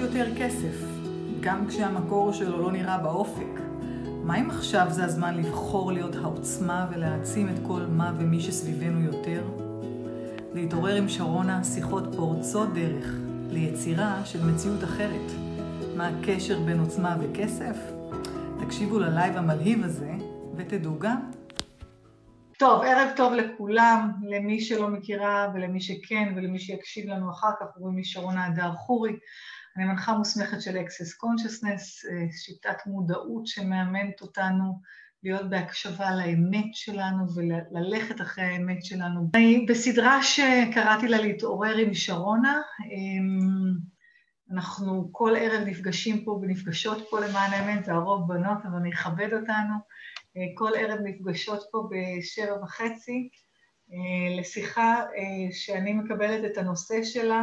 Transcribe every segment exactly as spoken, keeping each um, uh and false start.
יותר כסף, גם כשהמקור שלו לא נראה באופק? מה אם עכשיו זה הזמן לבחור להיות העוצמה ולהעצים את כל מה ומי שסביבנו יותר? להתעורר עם שרונה שיחות פורצות דרך ליצירה של מציאות אחרת. מה הקשר בין עוצמה וכסף? תקשיבו ללייב המלהיב הזה ותדעו גם. טוב, ערב טוב לכולם, למי שלא מכירה ולמי שכן ולמי שיקשיב לנו אחר כך. קוראים לי שרונה הדר חורי, אני מנחה מוסמכת של Access Consciousness, שיטת מודעות שמאמנת אותנו להיות בהקשבה לאמת שלנו וללכת אחרי האמת שלנו. אני בסדרה שקראתי לה להתעורר עם שרונה, אנחנו כל ערב נפגשים פה ונפגשות פה למען האמת, זה הרוב בנות, אבל אני אכבד אותנו. כל ערב נפגשות פה בשבע וחצי, לשיחה שאני מקבלת את הנושא שלה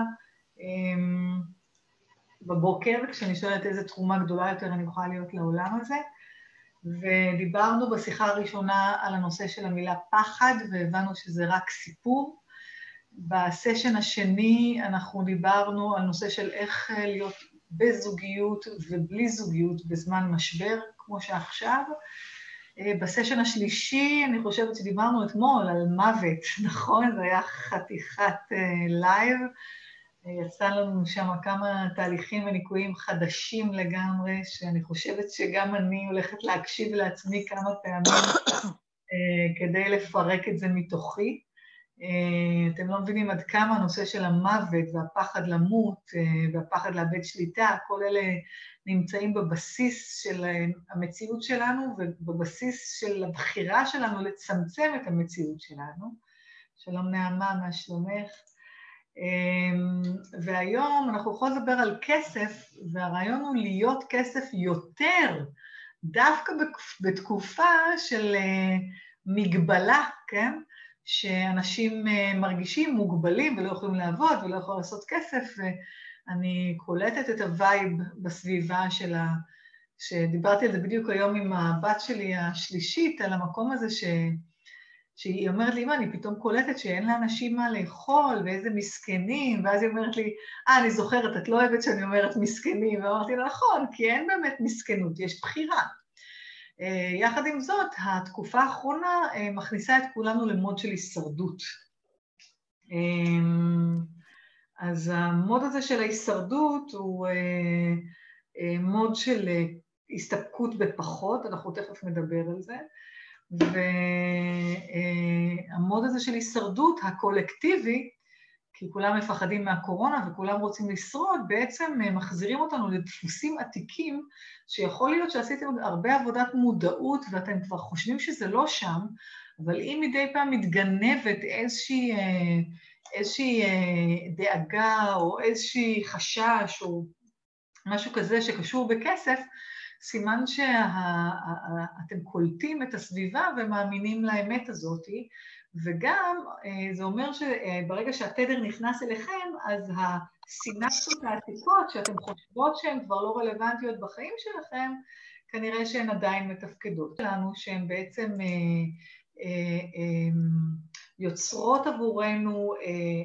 בבוקר, כשאני שואלת איזה תרומה גדולה יותר אני יכולה להיות לעולם הזה, ודיברנו בשיחה הראשונה על הנושא של המילה פחד, והבנו שזה רק סיפור. בסשן השני אנחנו דיברנו על נושא של איך להיות בזוגיות ובלי זוגיות בזמן משבר, כמו שעכשיו. בסשן השלישי אני חושבת שדיברנו אתמול על מוות, נכון? זה היה חתיכת לייב. יצא לנו שם כמה תהליכים וניקויים חדשים לגמרי, שאני חושבת שגם אני הולכת להקשיב לעצמי כמה פעמים כדי לפרק את זה מתוכי. אתם לא מבינים עד כמה הנושא של המוות והפחד למות והפחד לאבד שליטה, כל אלה נמצאים בבסיס של המציאות שלנו ובבסיס של הבחירה שלנו לצמצם את המציאות שלנו. שלום נעמה, מה שלומך? והיום אנחנו יכולים לדבר על כסף, והרעיון הוא להיות כסף יותר, דווקא בתקופה של מגבלה, כן? שאנשים מרגישים מוגבלים ולא יכולים לעבוד ולא יכולים לעשות כסף, ואני קולטת את הווייב בסביבה שלה, שדיברתי על זה בדיוק היום עם הבת שלי השלישית, על המקום הזה ש... שהיא אומרת לי, מה, אני פתאום קולטת שאין לאנשים מה לאכול, ואיזה מסכנים, ואז היא אומרת לי, אה, אני זוכרת, את לא אוהבת שאני אומרת מסכנים, ואמרתי לה, נכון, כי אין באמת מסכנות, יש בחירה. יחד עם זאת, התקופה האחרונה מכניסה את כולנו למוד של הישרדות. אז המוד הזה של ההישרדות הוא מוד של הסתפקות בפחות, אנחנו תכף נדבר על זה, והמוד הזה של הישרדות הקולקטיבי, כי כולם מפחדים מהקורונה וכולם רוצים לשרוד, בעצם מחזירים אותנו לדפוסים עתיקים, שיכול להיות שעשיתם הרבה עבודת מודעות ואתם כבר חושבים שזה לא שם, אבל אם מדי פעם מתגנבת איזושהי, איזושהי דאגה או איזושהי חשש או משהו כזה שקשור בכסף, סימן שאתם קולטים את הסביבה ומאמינים לאמת הזאת, וגם זה אומר שברגע שהתדר נכנס אליכם, אז הסינפסות העתיקות שאתם חושבות שהן כבר לא רלוונטיות בחיים שלכם, כנראה שהן עדיין מתפקדות לנו, שהן בעצם יוצרות עבורנו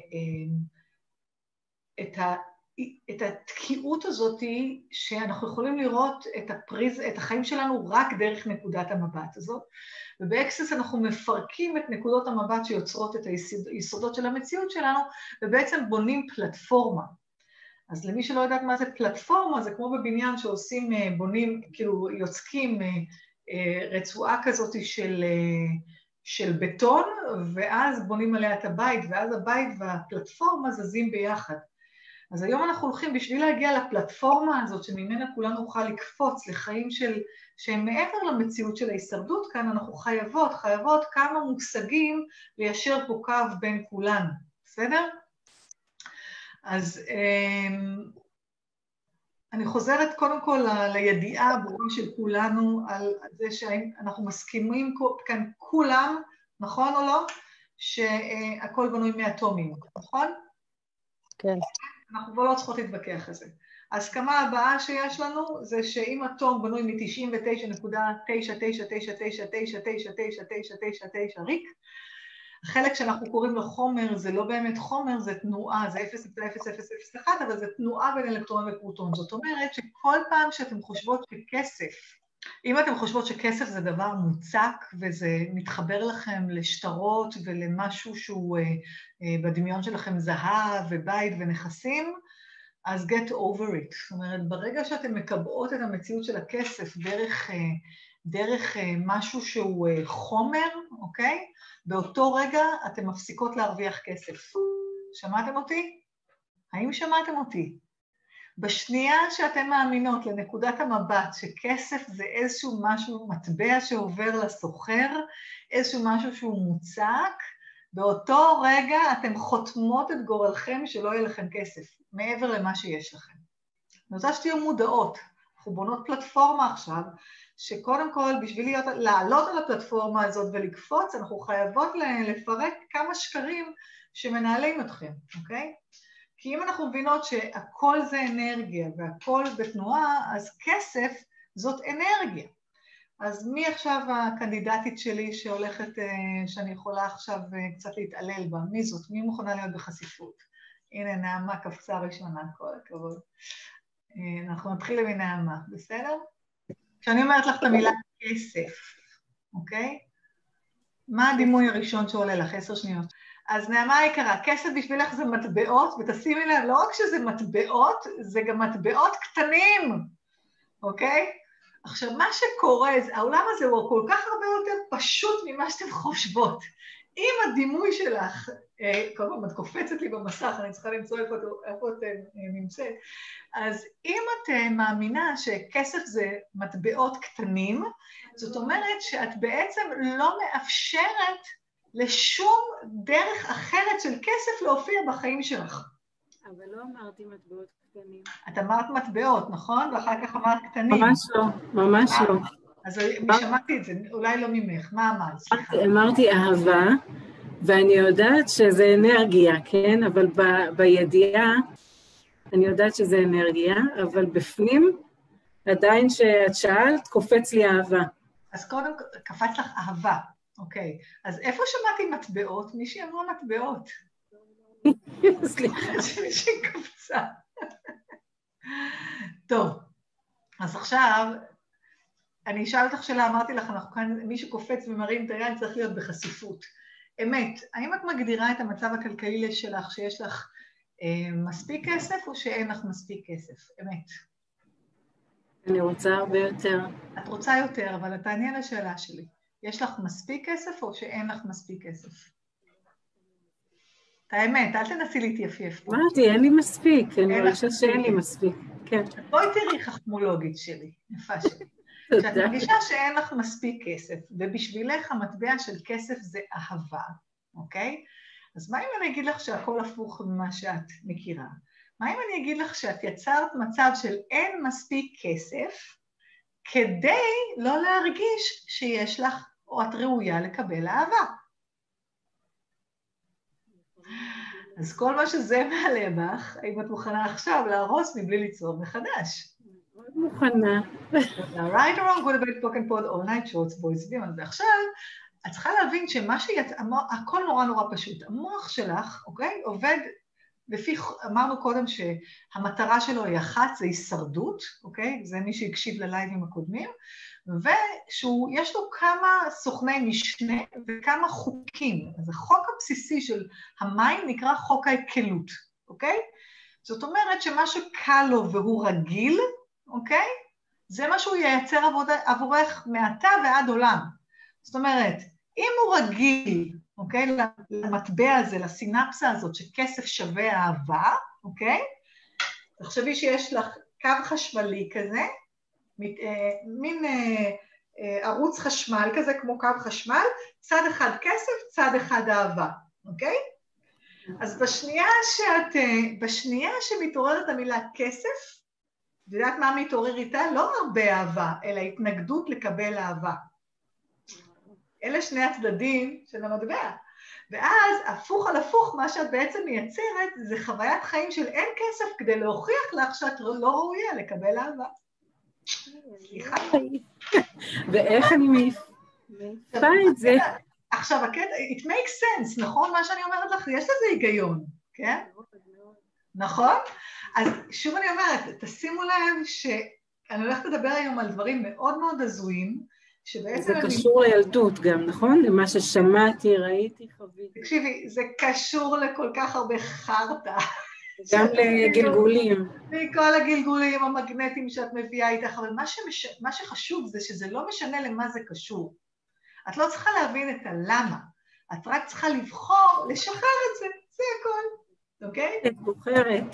את ה... את התקיעות הזאת שאנחנו יכולים לראות את, הפריז, את החיים שלנו רק דרך נקודת המבט הזאת, ובאקסס אנחנו מפרקים את נקודות המבט שיוצרות את היסודות של המציאות שלנו, ובעצם בונים פלטפורמה. אז למי שלא יודעת מה זה פלטפורמה, זה כמו בבניין שעושים, בונים, כאילו יוצקים רצועה כזאת של, של בטון, ואז בונים עליה את הבית, ואז הבית והפלטפורמה זזים ביחד. אז היום אנחנו הולכים בשביל להגיע לפלטפורמה הזאת, שממנה כולנו נוכל לקפוץ לחיים של, שהם מעבר למציאות של ההישרדות כאן, אנחנו חייבות, חייבות כמה מושגים ליישר פה קו בין כולנו, בסדר? אז אני חוזרת קודם כל לידיעה הברורה של כולנו, על זה שאנחנו מסכימים כאן כולם, נכון או לא? שהכל בנוי מאטומים, נכון? כן. אנחנו כבר לא צריכות להתווכח על זה. ההסכמה הבאה שיש לנו זה שאם אטום בנוי מ-תשעים ותשע נקודה תשע תשע תשע תשע תשע תשע תשע תשע תשע תשע ריק, החלק שאנחנו קוראים לו חומר, זה לא באמת חומר, זה תנועה, זה אפס נקודה אפס אפס אפס אחת, אבל זה תנועה בין אלקטרון ופרוטון. זאת אומרת שכל פעם שאתם חושבות שכסף, אם אתם חושבות שכסף זה דבר מוצק, וזה מתחבר לכם לשטרות ולמשהו שהוא בדמיון שלכם זהב ובית ונכסים, אז get over it. זאת אומרת, ברגע שאתם מקבעות את המציאות של הכסף דרך, דרך משהו שהוא חומר, אוקיי? באותו רגע אתם מפסיקות להרוויח כסף. שמעתם אותי? האם שמעתם אותי? בשנייה שאתם מאמינות לנקודת המבט שכסף זה איזשהו משהו, מטבע שעובר לסוחר, איזשהו משהו שהוא מוצק, באותו רגע אתם חותמות את גורלכם שלא יהיה לכם כסף, מעבר למה שיש לכם. אני רוצה שתהיו מודעות. אנחנו בונות פלטפורמה עכשיו, שקודם כל, בשביל להיות, לעלות על הפלטפורמה הזאת ולקפוץ, אנחנו חייבות לפרק כמה שקרים שמנהלים אתכם, אוקיי? כי אם אנחנו מבינות שהכל זה אנרגיה והכל בתנועה, אז כסף זאת אנרגיה. אז מי עכשיו הקנדידטית שלי שהולכת, שאני יכולה עכשיו קצת להתעלל בה? מי זאת? מי מוכנה להיות בחשיפות? הנה, נעמה קפצה ראשונה, כל הכבוד. אנחנו נתחיל עם נעמה, בסדר? כשאני אומרת לך את המילה כסף, אוקיי? מה הדימוי הראשון שעולה לך? עשר שניות. אז נעמה היקרה, כסף בשבילך זה מטבעות, ותשימי לב, לא רק שזה מטבעות, זה גם מטבעות קטנים, אוקיי? עכשיו, מה שקורה, העולם הזה הוא כל כך הרבה יותר פשוט ממה שאתם חושבות. אם הדימוי שלך, כל פעם את קופצת לי במסך, אני צריכה למצוא איפה, איפה את נמצאת, אז אם את מאמינה שכסף זה מטבעות קטנים, זאת אומרת שאת בעצם לא מאפשרת לשום דרך אחרת של כסף להופיע בחיים שלך. אבל לא אמרתי מטבעות קטנים. את אמרת מטבעות, נכון? ואחר כך אמרת קטנים. ממש לא, ממש לא. אז שמעתי את זה, אולי לא ממך. מה אמרת? אמרתי אהבה, ואני יודעת שזה אנרגיה, כן? אבל ב- בידיעה, אני יודעת שזה אנרגיה, אבל בפנים, עדיין שאת שאלת, קופץ לי אהבה. אז קודם קפץ לך אהבה. אוקיי, אז איפה שמעתי מטבעות? מישהי אמרה מטבעות. סליחה. מישהי קפצה. טוב, אז עכשיו, אני אשאל אותך שאלה, אמרתי לך, אנחנו כאן, מי שקופץ ומרים את היד צריך להיות בחשיפות. אמת, האם את מגדירה את המצב הכלכלי שלך, שיש לך אה, מספיק כסף או שאין לך מספיק כסף? אמת. אני רוצה הרבה יותר. את רוצה יותר, אבל את תעני על השאלה שלי. יש לך מספיק כסף או שאין לך מספיק כסף? את האמת, אל תנסי להתייפייף פה. אמרתי, אין לי מספיק, אני חושבת שאין לי מספיק. כן. בואי תראי חכמולוגית שלי, יפה שלי. כשאת מרגישה שאין לך מספיק כסף, ובשבילך המטבע של כסף זה אהבה, אוקיי? אז מה אם אני אגיד לך שהכל הפוך ממה שאת מכירה? מה אם אני אגיד לך שאת יצרת מצב של אין מספיק כסף, כדי לא להרגיש שיש לך או את ראויה לקבל אהבה. אז כל מה שזה מעלה בך, האם את מוכנה עכשיו להרוס מבלי ליצור מחדש? מאוד מוכנה. right or wrong, good about spoken pod, all night shorts, boys viewers. ועכשיו, את צריכה להבין שמה שיצא, הכל נורא נורא פשוט. המוח שלך, אוקיי, עובד לפי, אמרנו קודם שהמטרה שלו היא אחת, זה הישרדות, אוקיי? זה מי שהקשיב ללייבים הקודמים, ושיש לו כמה סוכני משנה וכמה חוקים. אז החוק הבסיסי של המים נקרא חוק ההקלות, אוקיי? זאת אומרת שמה שקל לו והוא רגיל, אוקיי? זה מה שהוא ייצר עבורך מעתה ועד עולם. זאת אומרת, אם הוא רגיל, אוקיי, למטבע הזה, לסינפסה הזאת שכסף שווה אהבה, אוקיי? תחשבי שיש לך קו חשמלי כזה, מין ערוץ חשמל כזה כמו קו חשמל, צד אחד כסף, צד אחד אהבה, אוקיי? אז בשנייה שאת, בשנייה שמתעוררת המילה כסף, את יודעת מה מתעורר איתה? לא הרבה אהבה, אלא התנגדות לקבל אהבה. אלה שני הצדדים של המטבע. ואז, הפוך על הפוך, מה שאת בעצם מייצרת, זה חוויית חיים של אין כסף, כדי להוכיח לך שאת לא ראויה לקבל אהבה. סליחה. ואיך אני מעיפה את זה? עכשיו, it makes sense, נכון? מה שאני אומרת לך, יש לזה היגיון, כן? נכון? אז שוב אני אומרת, תשימו לב שאני הולכת לדבר היום על דברים מאוד מאוד הזויים, שבעצם... זה קשור לילדות גם, נכון? למה ששמעתי, ראיתי, חוויתי. תקשיבי, זה קשור לכל כך הרבה חרטה. גם לגלגולים. מכל הגלגולים המגנטיים שאת מביאה איתך, אבל מה, שמש... מה שחשוב זה שזה לא משנה למה זה קשור. את לא צריכה להבין את הלמה, את רק צריכה לבחור, לשחרר את זה, זה הכל, אוקיי? את בוחרת.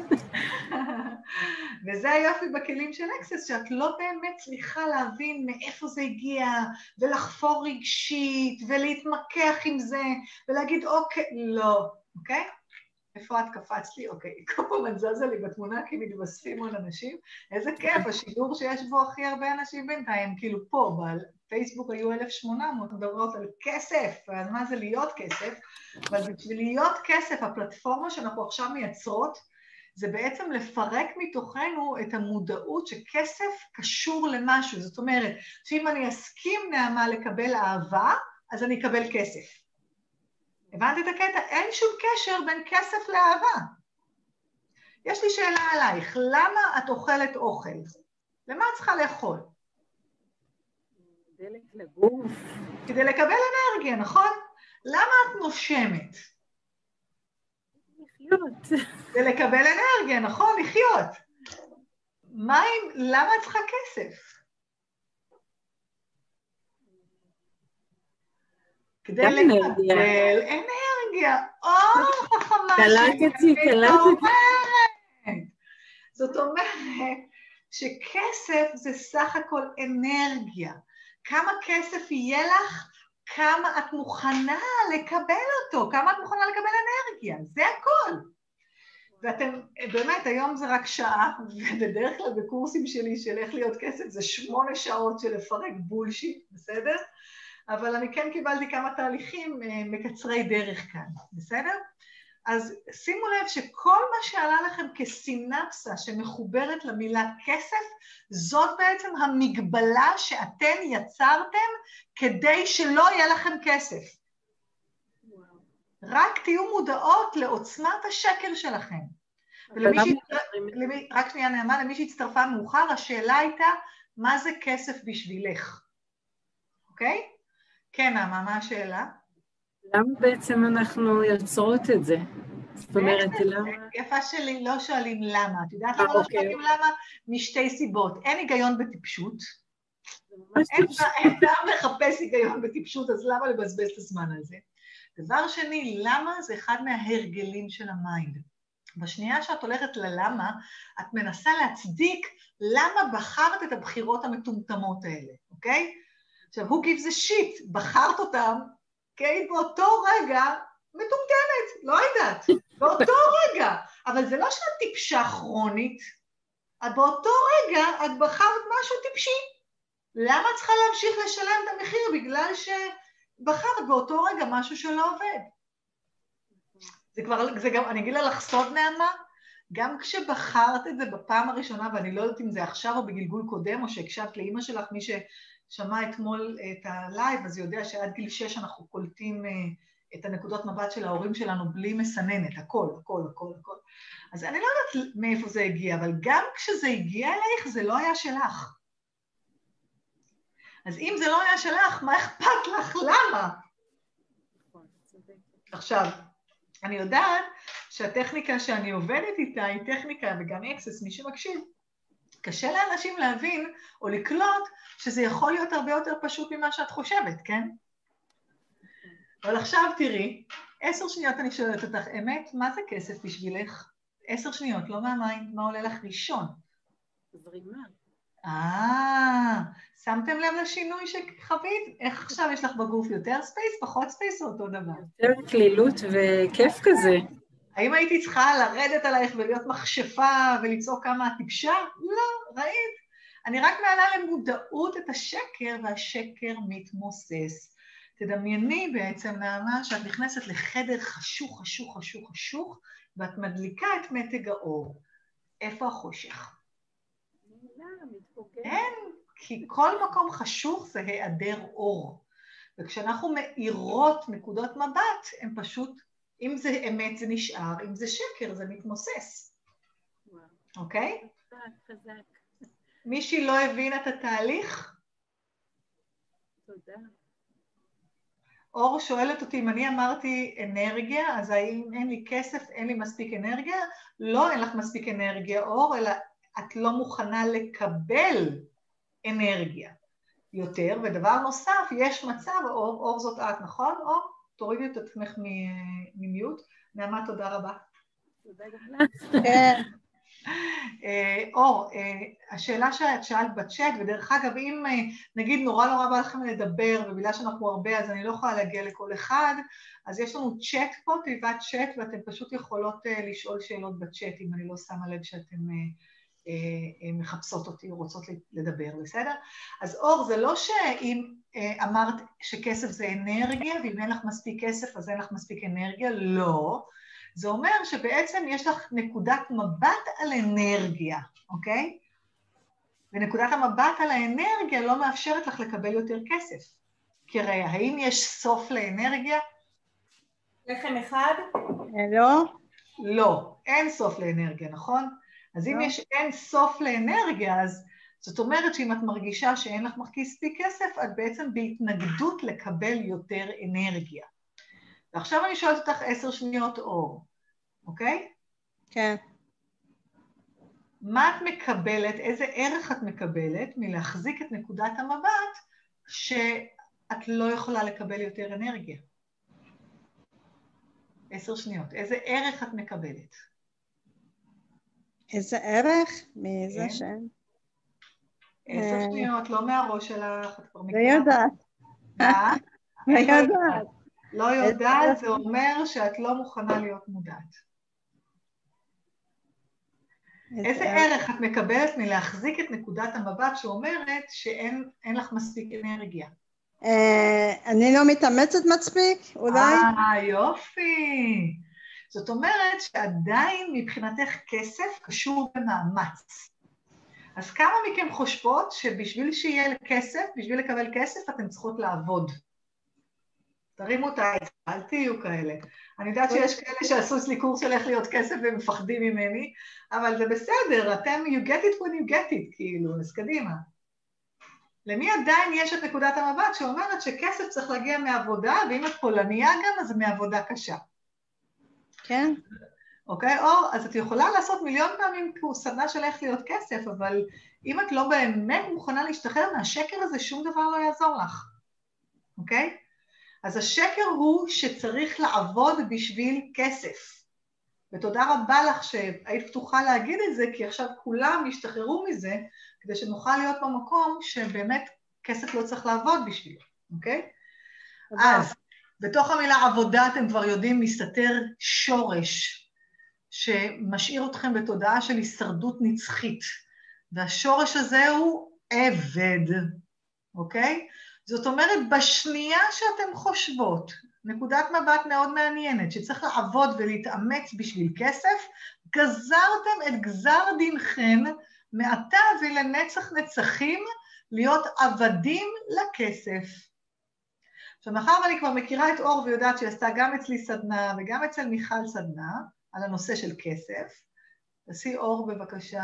וזה היופי בכלים של אקסס, שאת לא באמת צריכה להבין מאיפה זה הגיע, ולחפור רגשית, ולהתמקח עם זה, ולהגיד אוקיי, לא, אוקיי? איפה את קפצת לי? אוקיי, כל פעם את זזה לי בתמונה כי מתווספים עוד אנשים. איזה כיף, השידור שיש בו הכי הרבה אנשים בינתיים, כאילו פה, בפייסבוק היו אלף ושמונה מאות, מדברות על כסף, ועל מה זה להיות כסף, אבל בשביל להיות כסף, הפלטפורמה שאנחנו עכשיו מייצרות, זה בעצם לפרק מתוכנו את המודעות שכסף קשור למשהו. זאת אומרת, שאם אני אסכים נעמה לקבל אהבה, אז אני אקבל כסף. הבנת את הקטע? אין שום קשר בין כסף לאהבה. יש לי שאלה עלייך, למה את אוכלת אוכל? למה את צריכה לאכול? דלק לגוף. כדי לקבל אנרגיה, נכון? למה את נושמת? לחיות. כדי לקבל אנרגיה, נכון? לחיות. מה אם, למה את צריכה כסף? כדי לקבל אנרגיה. או, חכמה קלטתי, קלטתי. זאת אומרת שכסף זה סך הכל אנרגיה. כמה כסף יהיה לך, כמה את מוכנה לקבל אותו, כמה את מוכנה לקבל אנרגיה, זה הכל. ואתם, באמת, היום זה רק שעה, ובדרך כלל בקורסים שלי של איך להיות כסף, זה שמונה שעות של לפרק בולשיט, בסדר? אבל אני כן קיבלתי כמה תהליכים מקצרי דרך כאן, בסדר? אז שימו לב שכל מה שעלה לכם כסינפסה שמחוברת למילה כסף, זאת בעצם המגבלה שאתן יצרתם כדי שלא יהיה לכם כסף. רק תהיו מודעות לעוצמת השקל שלכם. ולמי שהצטרפה, למי, רק שנייה נעמה, למי שהצטרפה מאוחר, השאלה הייתה, מה זה כסף בשבילך? אוקיי? כן, נעמה, מה השאלה? למה בעצם אנחנו יוצרות את זה? זאת אומרת, למה... יפה שלי, לא שואלים למה. את יודעת למה לא שואלים למה? משתי סיבות. אין היגיון בטיפשות. אין טעם לחפש היגיון בטיפשות, אז למה לבזבז את הזמן על זה? דבר שני, למה זה אחד מההרגלים של המיינד. בשנייה שאת הולכת ללמה, את מנסה להצדיק למה בחרת את הבחירות המטומטמות האלה, אוקיי? עכשיו, who gives a shit? בחרת אותם, כי באותו רגע מטומטמת, לא יודעת, באותו רגע. אבל זה לא שאת טיפשה כרונית, את באותו רגע את בחרת משהו טיפשי. למה את צריכה להמשיך לשלם את המחיר? בגלל שבחרת באותו רגע משהו שלא עובד. זה כבר, זה גם, אני אגיד לה לך סוד נעמה, גם כשבחרת את זה בפעם הראשונה, ואני לא יודעת אם זה עכשיו או בגלגול קודם, או שהקשבת לאמא שלך, מי ששמע אתמול את הלייב, אז יודע שעד גיל שש אנחנו קולטים את הנקודות מבט של ההורים שלנו בלי מסננת, הכל, הכל, הכל, הכל. אז אני לא יודעת מאיפה זה הגיע, אבל גם כשזה הגיע אלייך, זה לא היה שלך. אז אם זה לא היה שלך, מה אכפת לך? למה? עכשיו, אני יודעת שהטכניקה שאני עובדת איתה היא טכניקה, וגם אקסס, מי שמקשיב, קשה לאנשים להבין או לקלוט שזה יכול להיות הרבה יותר פשוט ממה שאת חושבת, כן? אבל עכשיו תראי, עשר שניות אני שואלת אותך, אמת, מה זה כסף בשבילך? עשר שניות, לא מהמיינד, מה עולה לך ראשון? זרימה. אה, שמתם לב לשינוי שחווית? איך עכשיו יש לך בגוף יותר ספייס, פחות ספייס או אותו דבר? יותר כלילות וכיף כזה. האם הייתי צריכה לרדת עלייך ולהיות מכשפה ולצעוק כמה את טיפשה? לא, ראית? אני רק מעלה למודעות את השקר, והשקר מתמוסס. תדמייני בעצם, נעמה, שאת נכנסת לחדר חשוך, חשוך, חשוך, חשוך, ואת מדליקה את מתג האור. איפה החושך? אין, כי כל מקום חשוך זה היעדר אור. וכשאנחנו מאירות נקודות מבט, הם פשוט, אם זה אמת זה נשאר, אם זה שקר זה מתמוסס. אוקיי? חזק, חזק. מישהי לא הבינה את התהליך? תודה. אור שואלת אותי, אם אני אמרתי אנרגיה, אז האם אין לי כסף, אין לי מספיק אנרגיה? לא, אין לך מספיק אנרגיה, אור, אלא את לא מוכנה לקבל אנרגיה יותר. ודבר נוסף, יש מצב, אור, אור זאת את, נכון? אור, תורידי את עצמך ממיוט. נעמה, תודה רבה. תודה גם לך. כן. אור, השאלה שאת שאלת בצ'אט, ודרך אגב, אם נגיד נורא נורא בא לכם לדבר, ובגלל שאנחנו הרבה אז אני לא יכולה להגיע לכל אחד, אז יש לנו צ'אט פה, תיבת צ'אט, ואתן פשוט יכולות לשאול שאלות בצ'אט, אם אני לא שמה לב שאתן מחפשות אותי או רוצות לדבר, בסדר? אז אור, זה לא שאם אמרת שכסף זה אנרגיה, ואם אין לך מספיק כסף אז אין לך מספיק אנרגיה, לא. זה אומר שבעצם יש לך נקודת מבט על אנרגיה, אוקיי? ונקודת המבט על האנרגיה לא מאפשרת לך לקבל יותר כסף. כי הרי, האם יש סוף לאנרגיה? לחם אחד? לא. לא, אין סוף לאנרגיה, נכון? אז אם יש אין סוף לאנרגיה, אז זאת אומרת שאם את מרגישה שאין לך מספיק כסף, את בעצם בהתנגדות לקבל יותר אנרגיה. ועכשיו אני שואלת אותך עשר שניות אור, אוקיי? כן. מה את מקבלת, איזה ערך את מקבלת מלהחזיק את נקודת המבט שאת לא יכולה לקבל יותר אנרגיה? עשר שניות, איזה ערך את מקבלת? איזה ערך? מאיזה כן. שם? עשר שניות, לא מהראש שלך, את כבר מכירה. לא יודעת. מה? לא יודעת. לא יודעת, זה אומר שאת לא מוכנה להיות מודעת. איזה ערך את מקבלת מלהחזיק את נקודת המבט שאומרת שאין לך מספיק אנרגיה? אני לא מתאמצת מספיק, אולי? אה, יופי. זאת אומרת שעדיין מבחינתך כסף קשור במאמץ. אז כמה מכם חושבות שבשביל שיהיה כסף, בשביל לקבל כסף, אתן צריכות לעבוד? תרימו את העץ, אל תהיו כאלה. אני יודעת שיש כאלה שעשו אצלי קורס של איך להיות כסף והם מפחדים ממני, אבל זה בסדר, אתם you get it when you get it, כאילו, אז קדימה. למי עדיין יש את נקודת המבט שאומרת שכסף צריך להגיע מעבודה, ואם את פולניה גם, אז זה מעבודה קשה. כן. אוקיי, אור, אז את יכולה לעשות מיליון פעמים סדנה של איך להיות כסף, אבל אם את לא באמת מוכנה להשתחרר מהשקר הזה, שום דבר לא יעזור לך. אוקיי? אז השקר הוא שצריך לעבוד בשביל כסף. ותודה רבה לך שהיית פתוחה להגיד את זה, כי עכשיו כולם ישתחררו מזה, כדי שנוכל להיות במקום שבאמת כסף לא צריך לעבוד בשבילו, אוקיי? אז בתוך המילה עבודה אתם כבר יודעים מסתתר שורש, שמשאיר אתכם בתודעה של הישרדות נצחית, והשורש הזה הוא עבד, אוקיי? זאת אומרת, בשנייה שאתם חושבות, נקודת מבט מאוד מעניינת, שצריך לעבוד ולהתאמץ בשביל כסף, גזרתם את גזר דינכם מעתה ולנצח נצחים להיות עבדים לכסף. עכשיו, מאחר ואני כבר מכירה את אור ויודעת שהיא עשתה גם אצלי סדנה וגם אצל מיכל סדנה, על הנושא של כסף, תעשי אור בבקשה,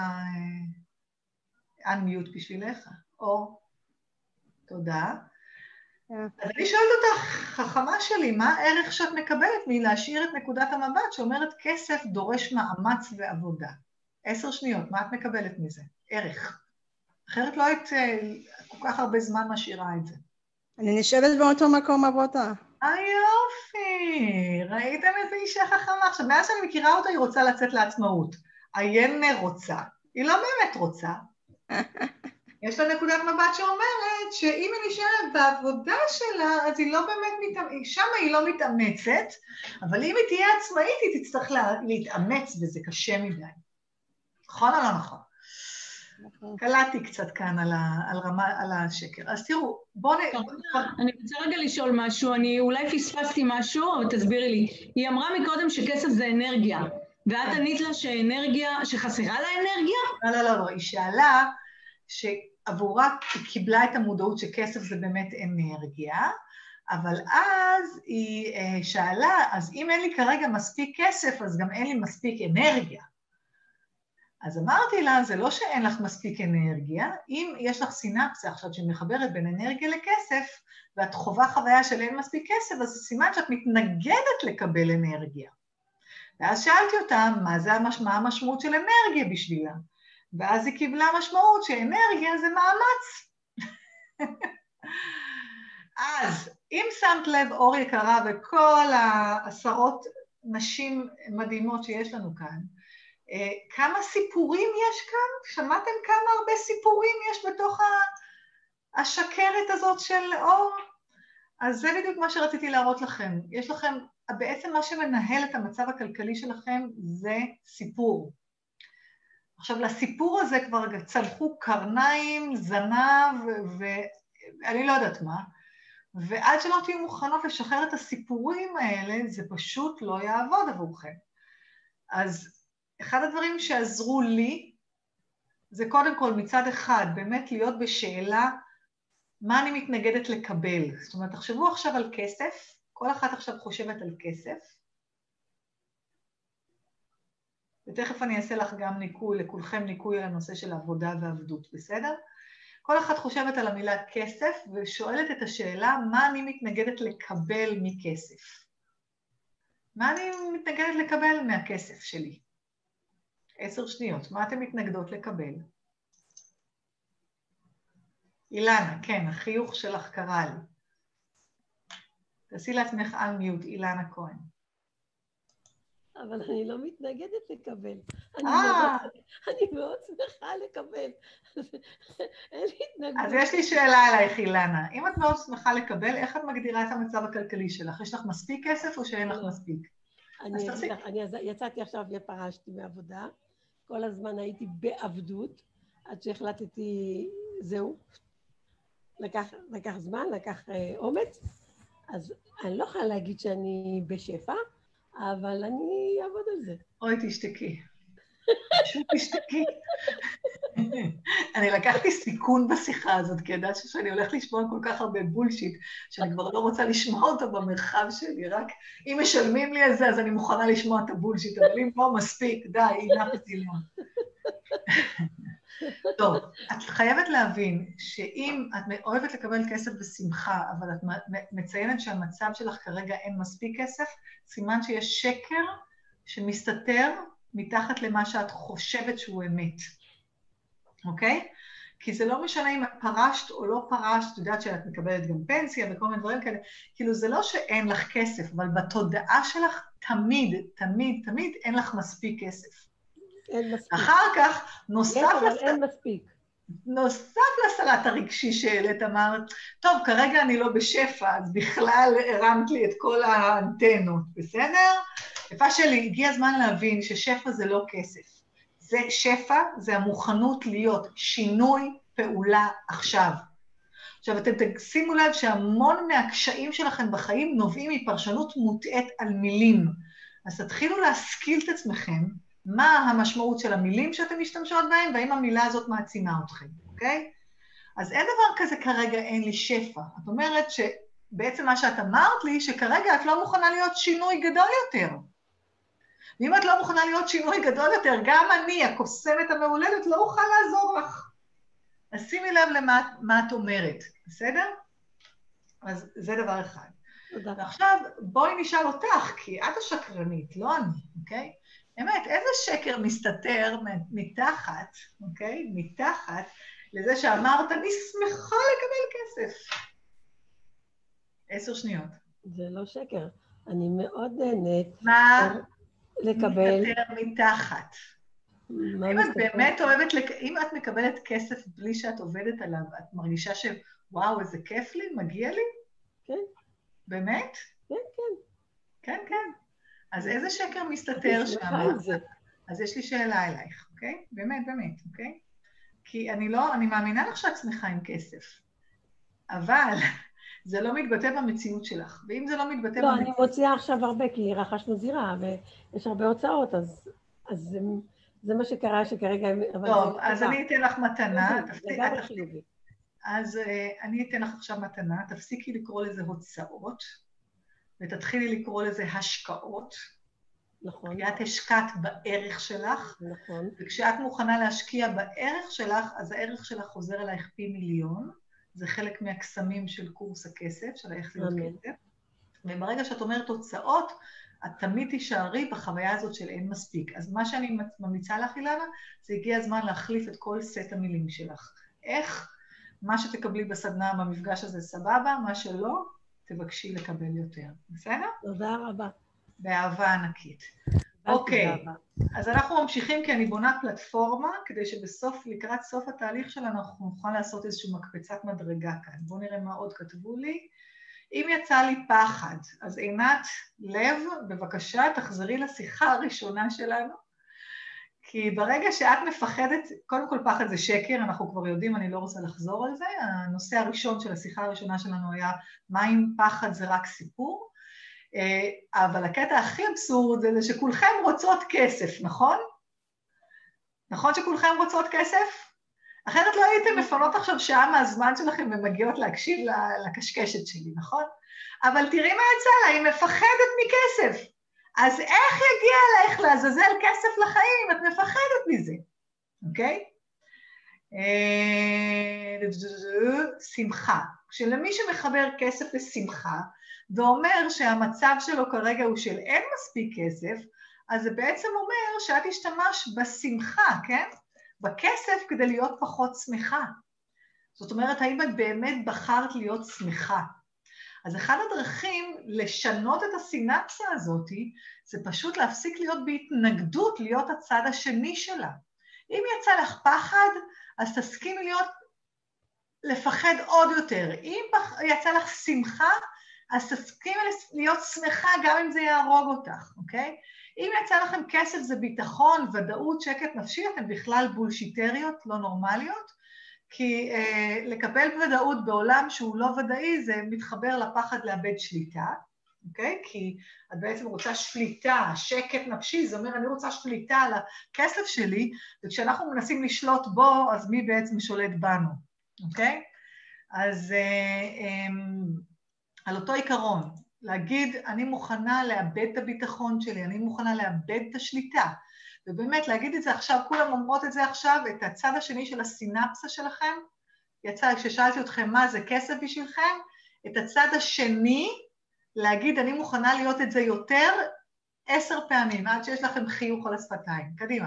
unmute בשבילך, אור, תודה. אז אני שואלת אותך, חכמה שלי, מה הערך שאת מקבלת מלהשאיר את נקודת המבט שאומרת כסף דורש מאמץ ועבודה? עשר שניות, מה את מקבלת מזה? ערך. אחרת לא היית כל כך הרבה זמן משאירה את זה. אני נשארת באותו מקום עבודה. היופי, ראיתם איזה אישה חכמה. עכשיו, מאז שאני מכירה אותה, היא רוצה לצאת לעצמאות. עיין רוצה. היא לא באמת רוצה. יש לה נקודת מבט שאומרת שאם היא נשארת בעבודה שלה, אז היא לא באמת מתאמצת, שם היא לא מתאמצת, אבל אם היא תהיה עצמאית, היא תצטרך לה, להתאמץ, וזה קשה מדי. נכון או לא נכון? נכון. קלטתי קצת כאן על, ה, על, רמה, על השקר. אז תראו, בואו נ... אני רוצה רגע לשאול משהו, אני אולי פספסתי משהו, אבל תסבירי לי. היא אמרה מקודם שכסף זה אנרגיה, ואת ענית לה שאנרגיה, שחסרה לה אנרגיה? לא, לא, לא, לא, היא שאלה שעבורה היא קיבלה את המודעות שכסף זה באמת אנרגיה, אבל אז היא שאלה, אז אם אין לי כרגע מספיק כסף, אז גם אין לי מספיק אנרגיה. אז אמרתי לה, זה לא שאין לך מספיק אנרגיה, אם יש לך סינפסה עכשיו שמחברת בין אנרגיה לכסף, ואת חובה חוויה של אין מספיק כסף, אז זה סימן שאת מתנגדת לקבל אנרגיה. ואז שאלתי אותה, מה זה מה המשמעות של אנרגיה בשבילה? ואז היא קיבלה משמעות שאנרגיה זה מאמץ. אז אם שמת לב, אור יקרה, וכל העשרות נשים מדהימות שיש לנו כאן, כמה סיפורים יש כאן? שמעתם כמה הרבה סיפורים יש בתוך השקרת הזאת של אור? אז זה בדיוק מה שרציתי להראות לכם. יש לכם, בעצם מה שמנהל את המצב הכלכלי שלכם זה סיפור. עכשיו, לסיפור הזה כבר צלחו קרניים, זנב, ואני לא יודעת מה, ועד שלא תהיו מוכנות לשחרר את הסיפורים האלה, זה פשוט לא יעבוד עבורכם. אז אחד הדברים שעזרו לי, זה קודם כל מצד אחד, באמת להיות בשאלה, מה אני מתנגדת לקבל. זאת אומרת, תחשבו עכשיו על כסף, כל אחת עכשיו חושבת על כסף, ותכף אני אעשה לך גם ניקוי, לכולכם ניקוי על הנושא של עבודה ועבדות, בסדר? כל אחת חושבת על המילה כסף, ושואלת את השאלה, מה אני מתנגדת לקבל מכסף? מה אני מתנגדת לקבל מהכסף שלי? עשר שניות, מה אתן מתנגדות לקבל? אילנה, כן, החיוך שלך קרה לי. תעשי לעצמך על מיוט, אילנה כהן. אבל אני לא מתנגדת לקבל. אני אה! מאוד, אני מאוד שמחה לקבל. אין לי התנגדות. אז יש לי שאלה אלייך, אילנה. אם את מאוד שמחה לקבל, איך את מגדירה את המצב הכלכלי שלך? יש לך מספיק כסף או שאין לך מספיק? אני אגיד לך, אני יצאתי עכשיו ופרשתי מעבודה. כל הזמן הייתי בעבדות, עד שהחלטתי, זהו. לקח, לקח זמן, לקח אה, אומץ. אז אני לא יכולה להגיד שאני בשפע, אבל אני אעבוד על זה. אוי, תשתקי. פשוט תשתקי. אני לקחתי סיכון בשיחה הזאת, כי ידעת שאני הולכת לשמוע כל כך הרבה בולשיט, שאני כבר לא רוצה לשמוע אותו במרחב שלי, רק אם משלמים לי על זה, אז אני מוכנה לשמוע את הבולשיט, אבל אם לא מספיק, די, הנה פתילה. טוב, את חייבת להבין שאם את אוהבת לקבל כסף בשמחה, אבל את מציינת שהמצב שלך כרגע אין מספיק כסף, סימן שיש שקר שמסתתר מתחת למה שאת חושבת שהוא אמת. אוקיי? כי זה לא משנה אם את פרשת או לא פרשת, את יודעת שאת מקבלת גם פנסיה וכל מיני דברים כאלה, כאילו זה לא שאין לך כסף, אבל בתודעה שלך תמיד, תמיד, תמיד אין לך מספיק כסף. אין מספיק. אחר כך, נוסף יש, אבל לס... אין מספיק. נוסף לסרט הרגשי שהעלית, אמרת, טוב, כרגע אני לא בשפע, אז בכלל הרמת לי את כל האנטנות, בסדר? שפע שלי, הגיע הזמן להבין ששפע זה לא כסף. זה שפע, זה המוכנות להיות שינוי פעולה עכשיו. עכשיו, אתם תשימו לב שהמון מהקשיים שלכם בחיים נובעים מפרשנות מוטעת על מילים. אז תתחילו להשכיל את עצמכם מה המשמעות של המילים שאתם משתמשות בהם, והאם המילה הזאת מעצימה אתכם, אוקיי? אז אין דבר כזה כרגע אין לי שפע. את אומרת שבעצם מה שאת אמרת לי, שכרגע את לא מוכנה להיות שינוי גדול יותר. ואם את לא מוכנה להיות שינוי גדול יותר, גם אני, הקוסמת המעולדת, לא אוכל לעזור לך. אז שימי לב למה מה את אומרת, בסדר? אז זה דבר אחד. תודה. ועכשיו בואי נשאל אותך, כי את השקרנית, לא אני, אוקיי? באמת, איזה שקר מסתתר מתחת, אוקיי? מתחת לזה שאמרת, אני שמחה לקבל כסף. עשר שניות. זה לא שקר. אני מאוד נהנית. מה לקבל... מסתתר מתחת? מה אם את מסתתר? באמת אוהבת, לק... אם את מקבלת כסף בלי שאת עובדת עליו, את מרגישה שוואו, איזה כיף לי, מגיע לי? כן. באמת? כן, כן. כן, כן. אז איזה שקר מסתתר שם? זה. אז יש לי שאלה אלייך, אוקיי? באמת, באמת, אוקיי? כי אני לא, אני מאמינה לך שאת שמחה עם כסף, אבל זה לא מתבטא במציאות שלך, ואם זה לא מתבטא לא, במציאות... אני מוציאה עכשיו הרבה, כי רכשנו זירה, ויש הרבה הוצאות, אז, אז זה, זה מה שקרה, שכרגע... טוב, אז אני אתן לך מתנה, זה גם חיובי. אז uh, אני אתן לך עכשיו מתנה, תפסיקי לקרוא לזה הוצאות, ותתחילי לקרוא לזה השקעות. נכון. כי את השקעת בערך שלך, נכון. וכשאת מוכנה להשקיע בערך שלך, אז הערך שלך חוזר אלייך פי מיליון, זה חלק מהקסמים של קורס הכסף, של איך להיות כסף. וברגע שאת אומרת הוצאות, את תמיד תישארי בחוויה הזאת של אין מספיק. אז מה שאני ממליצה לך, אילנה, זה הגיע הזמן להחליף את כל סט המילים שלך. איך? מה שתקבלי בסדנה במפגש הזה סבבה, מה שלא, תבקשי לקבל יותר. בסדר? תודה רבה. באהבה ענקית. אוקיי, אז אנחנו ממשיכים כי אני בונה פלטפורמה, כדי שבסוף, לקראת סוף התהליך שלנו, אנחנו נוכל לעשות איזושהי מקפצת מדרגה כאן. בואו נראה מה עוד כתבו לי. אם יצא לי פחד, אז עינת לב, בבקשה, תחזרי לשיחה הראשונה שלנו, כי ברגע שאת מפחדת, קודם כל פחד זה שקר, אנחנו כבר יודעים, אני לא רוצה לחזור על זה, הנושא הראשון של השיחה הראשונה שלנו היה, מה אם פחד זה רק סיפור, אבל הקטע הכי אבסורד זה שכולכם רוצות כסף, נכון? נכון שכולכם רוצות כסף? אחרת לא הייתם מפנות עכשיו שעה מהזמן שלכם ומגיעות להקשיב לקשקשת שלי, נכון? אבל תראי מה יצא לה, היא מפחדת מכסף. אז איך יגיע אלייך לעזאזל כסף לחיים? את מפחדת מזה, אוקיי? שמחה. כשלמי שמחבר כסף לשמחה, ואומר שהמצב שלו כרגע הוא של אין מספיק כסף, אז זה בעצם אומר שאת השתמש בשמחה, כן? בכסף כדי להיות פחות שמחה. זאת אומרת, האם את באמת בחרת להיות שמחה? אז אחד הדרכים לשנות את הסינפסה הזאת, זה פשוט להפסיק להיות בהתנגדות, להיות הצד השני שלה. אם יצא לך פחד, אז תסכימי להיות, לפחד עוד יותר. אם יצא לך שמחה, אז תסכימי להיות שמחה גם אם זה יהרוג אותך, אוקיי? אם יצא לכם כסף זה ביטחון, ודאות, שקט נפשי, אתן בכלל בולשיטריות, לא נורמליות, כי אה, לקבל ודאות בעולם שהוא לא ודאי, זה מתחבר לפחד לאבד שליטה, אוקיי? כי את בעצם רוצה שליטה, שקט נפשי, זה אומר אני רוצה שליטה על הכסף שלי, וכשאנחנו מנסים לשלוט בו, אז מי בעצם שולט בנו, אוקיי? אז אה, אה, על אותו עיקרון, להגיד, אני מוכנה לאבד את הביטחון שלי, אני מוכנה לאבד את השליטה, ובאמת להגיד את זה עכשיו, כולם אומרות את זה עכשיו, את הצד השני של הסינפסה שלכם, יצא, כששאלתי אתכם מה זה כסף בשבילכם, את הצד השני, להגיד, אני מוכנה להיות את זה יותר, עשר פעמים, עד שיש לכם חיוך על השפתיים, קדימה.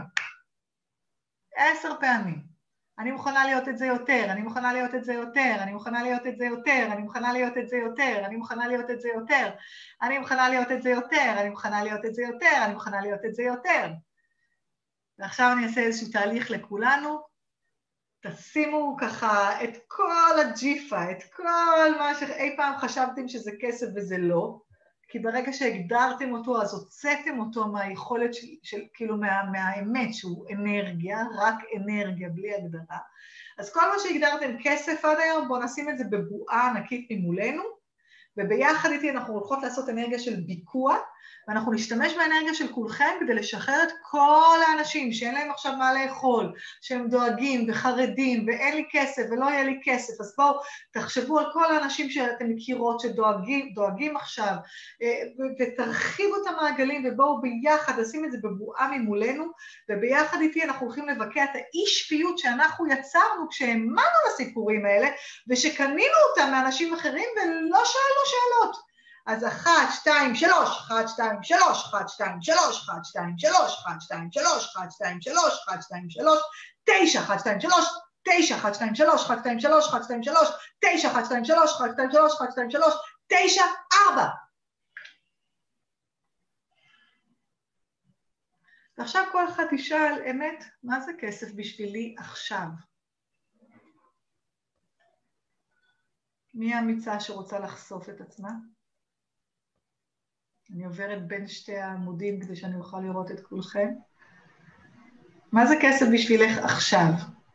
עשר פעמים. אני מוכנה להיות את זה יותר, אני מוכנה להיות את זה יותר, אני מוכנה להיות את זה יותר, אני מוכנה להיות את זה יותר, אני מוכנה להיות את זה יותר, אני מוכנה להיות את זה יותר, אני מוכנה להיות את זה יותר, אני מוכנה להיות את זה יותר. ועכשיו אני אעשה איזשהו תהליך לכולנו, תשימו ככה את כל הג'יפה, את כל מה שאי פעם חשבתם שזה כסף וזה לא, כי ברגע שהגדרתם אותו, אז הוצאתם אותו מהיכולת של, של כאילו מה, מהאמת, שהוא אנרגיה, רק אנרגיה, בלי הגדרה. אז כל מה שהגדרתם כסף עד היום, בואו נשים את זה בבועה ענקית ממולנו, וביחד איתי אנחנו הולכות לעשות אנרגיה של ביקוע, ואנחנו נשתמש באנרגיה של כולכם כדי לשחרר את כל האנשים שאין להם עכשיו מה לאכול, שהם דואגים וחרדים ואין לי כסף ולא יהיה לי כסף, אז בואו תחשבו על כל האנשים שאתם מכירות שדואגים דואגים עכשיו, ותרחיבו את המעגלים ובואו ביחד נשים את זה בבועה ממולנו, וביחד איתי אנחנו הולכים לבקע את האי שפיות שאנחנו יצרנו כשהאמנו לסיפורים האלה, ושקנינו אותם מאנשים אחרים ולא שאלנו שאלות. אז אחת, שתיים, שלוש, אחת, שתיים, שלוש, אחת, שתיים, שלוש, אחת, שתיים, שלוש, אחת, שתיים, שלוש, אחת, שתיים, שלוש, אחת, שתיים, שלוש, תשע, אחת, שתיים, שלוש, תשע, אחת, שתיים, שלוש, אחת, שתיים, שלוש, אחת, שתיים, שלוש, תשע, אחת, שתיים, שלוש, אחת, שתיים, שלוש, אחת, שתיים, שלוש, תשע, ארבע. ועכשיו כל אחד תשאל, אמת, מה זה כסף בשבילי עכשיו? מי האמיצה שרוצה לחשוף את עצמה? אני עוברת בין שתי העמודים כדי שאני אוכל לראות את כולכם. מה זה כסף בשבילך עכשיו?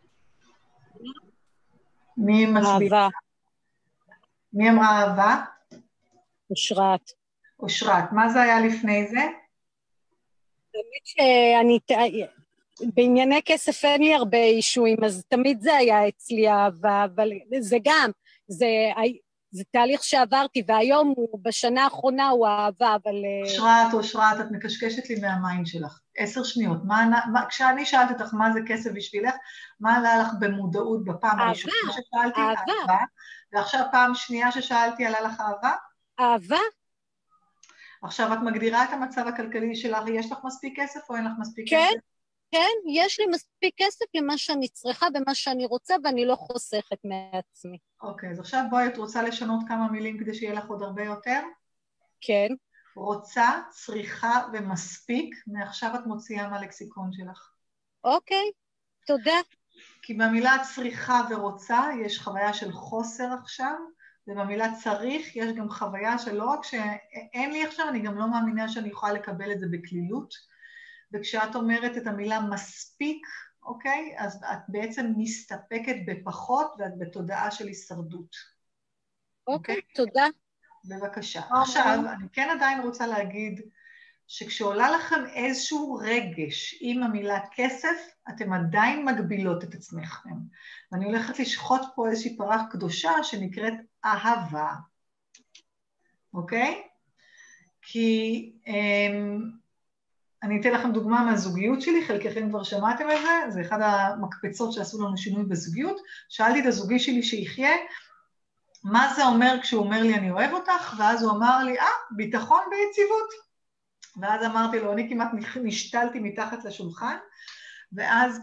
מי מצביע? אהבה. מי אמרה אהבה? אושרת. אושרת. מה זה היה לפני זה? באמת שאני, בענייני כסף אין לי הרבה אישויים, אז תמיד זה היה אצלי אהבה, אבל זה גם, זה, זה תהליך שעברתי, והיום הוא, בשנה האחרונה הוא אהבה, אבל... אושרת, אושרת, את מקשקשת לי מהמים שלך. עשר שניות. מה, מה, כשאני שאלתי אותך מה זה כסף בשבילך, מה עלה לך במודעות בפעם הראשונה ששאלתי? אהבה. אהבה. ועכשיו פעם שנייה ששאלתי עלה לך אהבה? אהבה. עכשיו את מגדירה את המצב הכלכלי שלך, יש לך מספיק כסף או אין לך מספיק כן, כסף? כן, יש לי מספיק כסף למה שאני צריכה ומה שאני רוצה, ואני לא חוסכת מעצמי. אוקיי, אז עכשיו בואי, את רוצה לשנות כמה מילים כדי שיהיה לך עוד הרבה יותר? כן. רוצה, צריכה ומספיק, מעכשיו את מוציאה מהלקסיקון שלך. אוקיי, תודה. כי במילה צריכה ורוצה יש חוויה של חוסר עכשיו, ובמילה צריך יש גם חוויה שלא רק שאין לי עכשיו, אני גם לא מאמינה שאני יכולה לקבל את זה בכלילות, וכשאת אומרת את המילה מספיק, אוקיי, אז את בעצם מסתפקת בפחות ואת בתודעה של הישרדות. אוקיי, אוקיי? תודה. בבקשה. אוקיי. עכשיו, אני כן עדיין רוצה להגיד שכשעולה לכם איזשהו רגש עם המילה כסף, אתם עדיין מגבילות את עצמכם. ואני הולכת לשחוט פה איזושהי פרה קדושה שנקראת אהבה. אוקיי? כי אמ, אני אתן לכם דוגמה מהזוגיות שלי, חלקכם כבר שמעתם את זה, זה אחד המקפצות שעשו לנו שינוי בזוגיות, שאלתי את הזוגי שלי שיחיה, מה זה אומר כשהוא אומר לי אני אוהב אותך, ואז הוא אמר לי, אה, ביטחון ביציבות. ואז אמרתי לו, אני כמעט נשתלתי מתחת לשולחן, ואז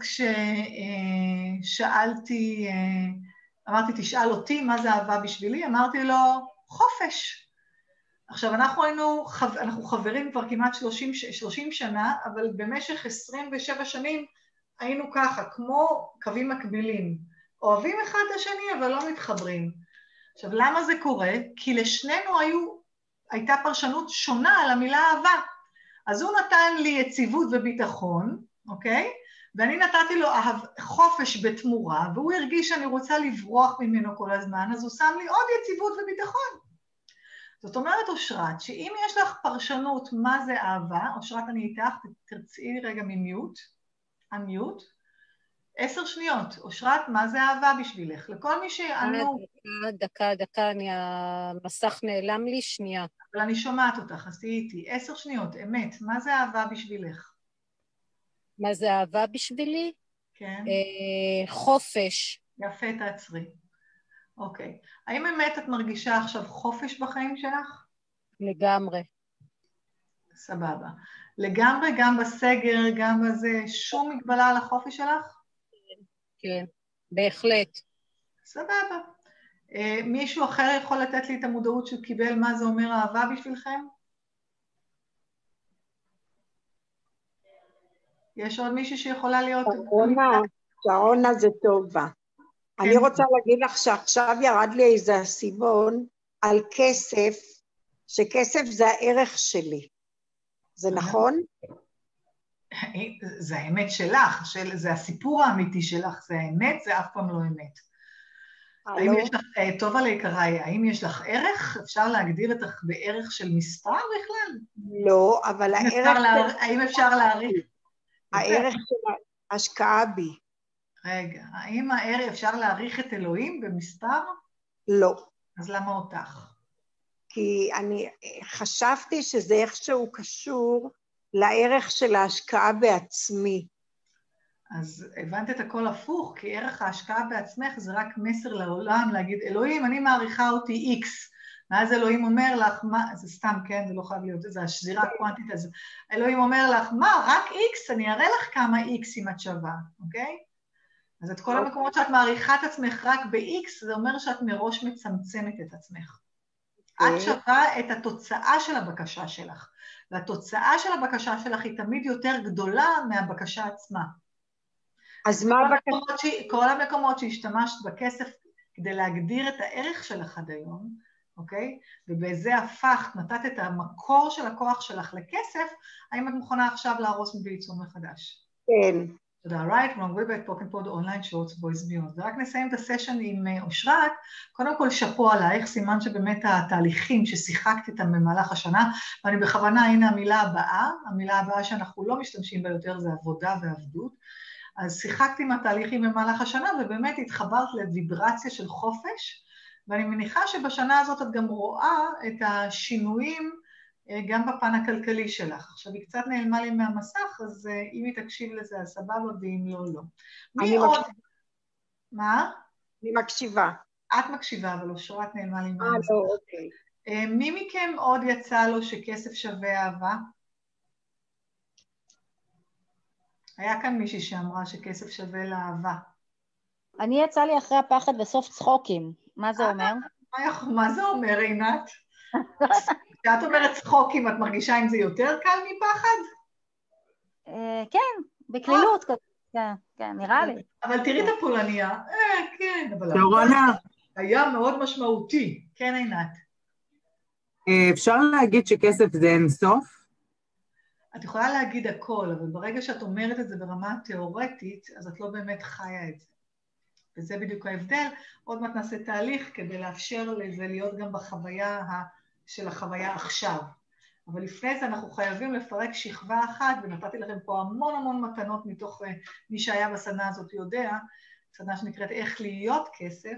כששאלתי, אמרתי, תשאל אותי מה זה אהבה בשבילי, אמרתי לו, חופש. עכשיו, אנחנו היינו, אנחנו חברים כבר כמעט שלושים, שלושים שנה, אבל במשך עשרים ושבע שנים היינו ככה, כמו קווים מקבילים. אוהבים אחד את השני, אבל לא מתחברים. עכשיו, למה זה קורה? כי לשנינו היו, הייתה פרשנות שונה על המילה אהבה. אז הוא נתן לי יציבות וביטחון, אוקיי? ואני נתתי לו חופש בתמורה, והוא הרגיש שאני רוצה לברוח ממנו כל הזמן, אז הוא שם לי עוד יציבות וביטחון. זאת אומרת, אושרת, שאם יש לך פרשנות מה זה אהבה, אושרת אני איתך, תרצי רגע ממיוט, המיוט, עשר שניות, אושרת, מה זה אהבה בשבילך? לכל מי שענו... דקה, דקה, דקה, אני, המסך נעלם לי, שנייה. אבל אני שומעת אותך, אז תהיי איתי, עשר שניות, אמת, מה זה אהבה בשבילך? מה זה אהבה בשבילי? כן. אה, חופש. יפה, תעצרי. אוקיי. האם באמת את מרגישה עכשיו חופש בחיים שלך? לגמרי. סבבה. לגמרי, גם בסגר, גם בזה, שום מגבלה על החופש שלך? כן, בהחלט. סבבה. אה, מישהו אחר יכול לתת לי את המודעות שהוא קיבל מה זה אומר אהבה בשבילכם? יש עוד מישהו שיכולה להיות... שרונה, שרונה זה טובה. כן. אני רוצה להגיד לך שעכשיו ירד לי איזה אסימון על כסף, שכסף זה הערך שלי. זה נכון? זה האמת שלך, של, זה הסיפור האמיתי שלך, זה האמת, זה אף פעם לא אמת. האם יש לך, טובה ליקריי, האם יש לך ערך? אפשר להגדיר אותך בערך של מספר בכלל? לא, אבל הערך... לה, האם אפשר להעריך? הערך של ההשקעה בי. רגע, האם הערך אפשר להעריך את אלוהים במספר? לא. אז למה אותך? כי אני חשבתי שזה איכשהו קשור לערך של ההשקעה בעצמי. אז הבנת את הכל הפוך, כי ערך ההשקעה בעצמך זה רק מסר לעולם, להגיד, אלוהים, אני מעריכה אותי איקס, ואז אלוהים אומר לך, מה, זה סתם, כן, זה לא חייב להיות, זה השזירה הקוונטית, אז אלוהים אומר לך, מה, רק איקס? אני אראה לך כמה איקסים את שווה, אוקיי? אז את כל המקומות שאת מעריכה את עצמך רק ב-X, זה אומר שאת מראש מצמצמת את עצמך. את שווה את התוצאה של הבקשה שלך, והתוצאה של הבקשה שלך היא תמיד יותר גדולה מהבקשה עצמה. אז מה הבקשה? כל המקומות שהשתמשת בכסף כדי להגדיר את הערך שלך עד היום, אוקיי? ובזה הפכת, נתת את המקור של הכוח שלך לכסף, האם את מוכנה עכשיו להרוס ולעצום מחדש? כן. תודה, right, wrong way back, פוקן פוד אונליין, שורטס, בויז ביונד. ורק נסיים את הסשן עם אושרת, קודם כל שפו עלייך, סימן שבאמת התהליכים ששיחקת איתם במהלך השנה, ואני בכוונה, הנה המילה הבאה, המילה הבאה שאנחנו לא משתמשים בה יותר זה עבודה ועבדות, אז שיחקתי עם התהליכים במהלך השנה, ובאמת התחברת לוויברציה של חופש, ואני מניחה שבשנה הזאת את גם רואה את השינויים, גם בפן הכלכלי שלך. עכשיו, היא קצת נעלמה לי מהמסך, אז אם היא תקשיב לזה, אז סבבה, ואם לא, לא. אני עוד... מקשיבה. מה? אני מקשיבה. את מקשיבה, אבל אושרת נעלמה לי מהמסך. אה, לא, אוקיי. מי מכם עוד יצא לו שכסף שווה אהבה? היה כאן מישהי שאמרה שכסף שווה לאהבה. אני יצא לי אחרי הפחד וסוף צחוקים. מה זה אומר? מה זה אומר, עינת? כשאת אומרת צחוקים, את מרגישה אם זה יותר קל מפחד? כן, בכלילות. כן, נראה לי. אבל תראי את הפולניה. אה, כן. שרונה. היה מאוד משמעותי. כן, עינת. אפשר להגיד שכסף זה אין סוף? את יכולה להגיד הכל, אבל ברגע שאת אומרת את זה ברמה תיאורטית, אז את לא באמת חיה את זה. וזה בדיוק ההבדל. עוד מעט נעשה תהליך כדי לאפשר לזה להיות גם בחוויה של החוויה עכשיו. אבל לפני זה אנחנו חייבים לפרק שכבה אחת, ונתתי לכם פה המון המון מתנות מתוך מי שהיה בסדנה הזאת יודע, סדנה שנקראת איך להיות כסף.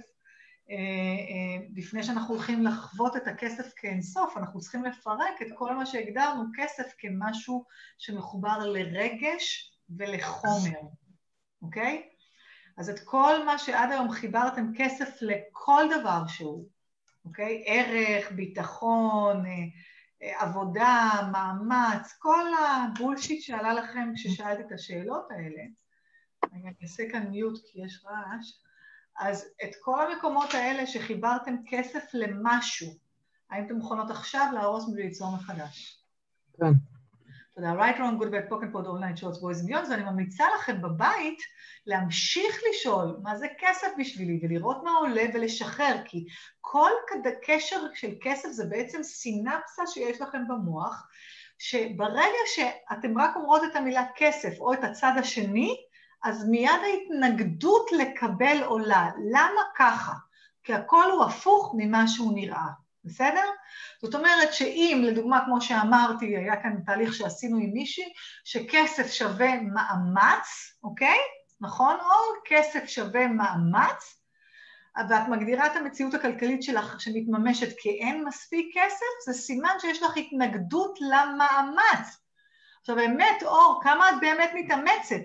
לפני שאנחנו הולכים לחוות את הכסף כאינסוף, אנחנו צריכים לפרק את כל מה שהגדרנו כסף כמשהו שמחובר לרגש ולחומר, אוקיי? אז את כל מה שעד היום חיברתם כסף לכל דבר שהוא, אוקיי? ערך, ביטחון, עבודה, מאמץ, כל הבולשיט שעלה לכם כששאלתי את השאלות האלה, אני אעשה כאן מיוט כי יש רעש, אז את כל המקומות האלה שחיברתם כסף למשהו, האם אתם מוכנות עכשיו להרוס וליצור מחדש? כן. תודה, right, wrong, good, bad, פוקן פוד, אונליין, שורטס, בויז ביונד, ואני ממליצה לכם בבית להמשיך לשאול מה זה כסף בשבילי, ולראות מה עולה ולשחרר, כי כל קשר של כסף זה בעצם סינפסה שיש לכם במוח, שברגע שאתם רק אומרות את המילה כסף או את הצד השני, אז מיד ההתנגדות לקבל עולה. למה ככה? כי הכל הוא הפוך ממה שהוא נראה. בסדר? זאת אומרת שאם, לדוגמה, כמו שאמרתי, היה כאן תהליך שעשינו עם מישהי, שכסף שווה מאמץ, אוקיי? נכון? או כסף שווה מאמץ, ואת מגדירה את המציאות הכלכלית שלך שמתממשת כי אין מספיק כסף, זה סימן שיש לך התנגדות למאמץ. עכשיו באמת, אור, כמה את באמת מתאמצת?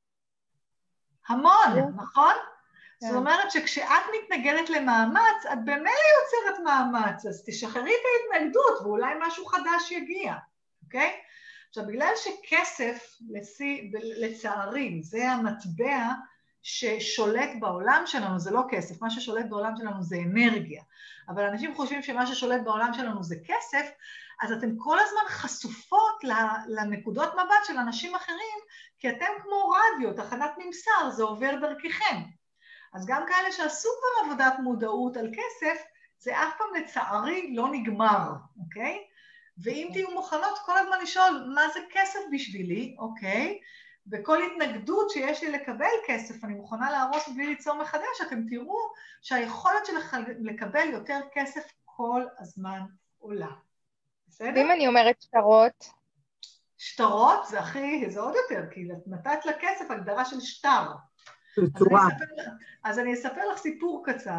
המון, נכון? זאת אומרת שכשאת מתנגדת למאמץ, את במילא יוצרת מאמץ, אז תשחררי את ההתנגדות, ואולי משהו חדש יגיע, אוקיי? עכשיו, בגלל שכסף, לצערי, זה המטבע ששולט בעולם שלנו, זה לא כסף, מה ששולט בעולם שלנו זה אנרגיה, אבל אנשים חושבים שמה ששולט בעולם שלנו זה כסף, אז אתם כל הזמן חשופות לנקודות מבט של אנשים אחרים, כי אתם כמו רדיו, תחנת ממסר, זה עובר דרככם. אז גם כאלה שעשו כבר עבודת מודעות על כסף, זה אף פעם לצערי לא נגמר, אוקיי? ואם תהיו מוכנות כל הזמן לשאול מה זה כסף בשבילי, אוקיי? בכל התנגדות שיש לי לקבל כסף, אני מוכנה להרוס בלי ליצור מחדש, אתם תראו שהיכולת שלך לקבל יותר כסף כל הזמן עולה. בסדר? ואם אני אומרת שטרות? שטרות זה הכי, זה עוד יותר, כי נתת לכסף הגדרה של שטר. אז אני אספר לך סיפור קצר,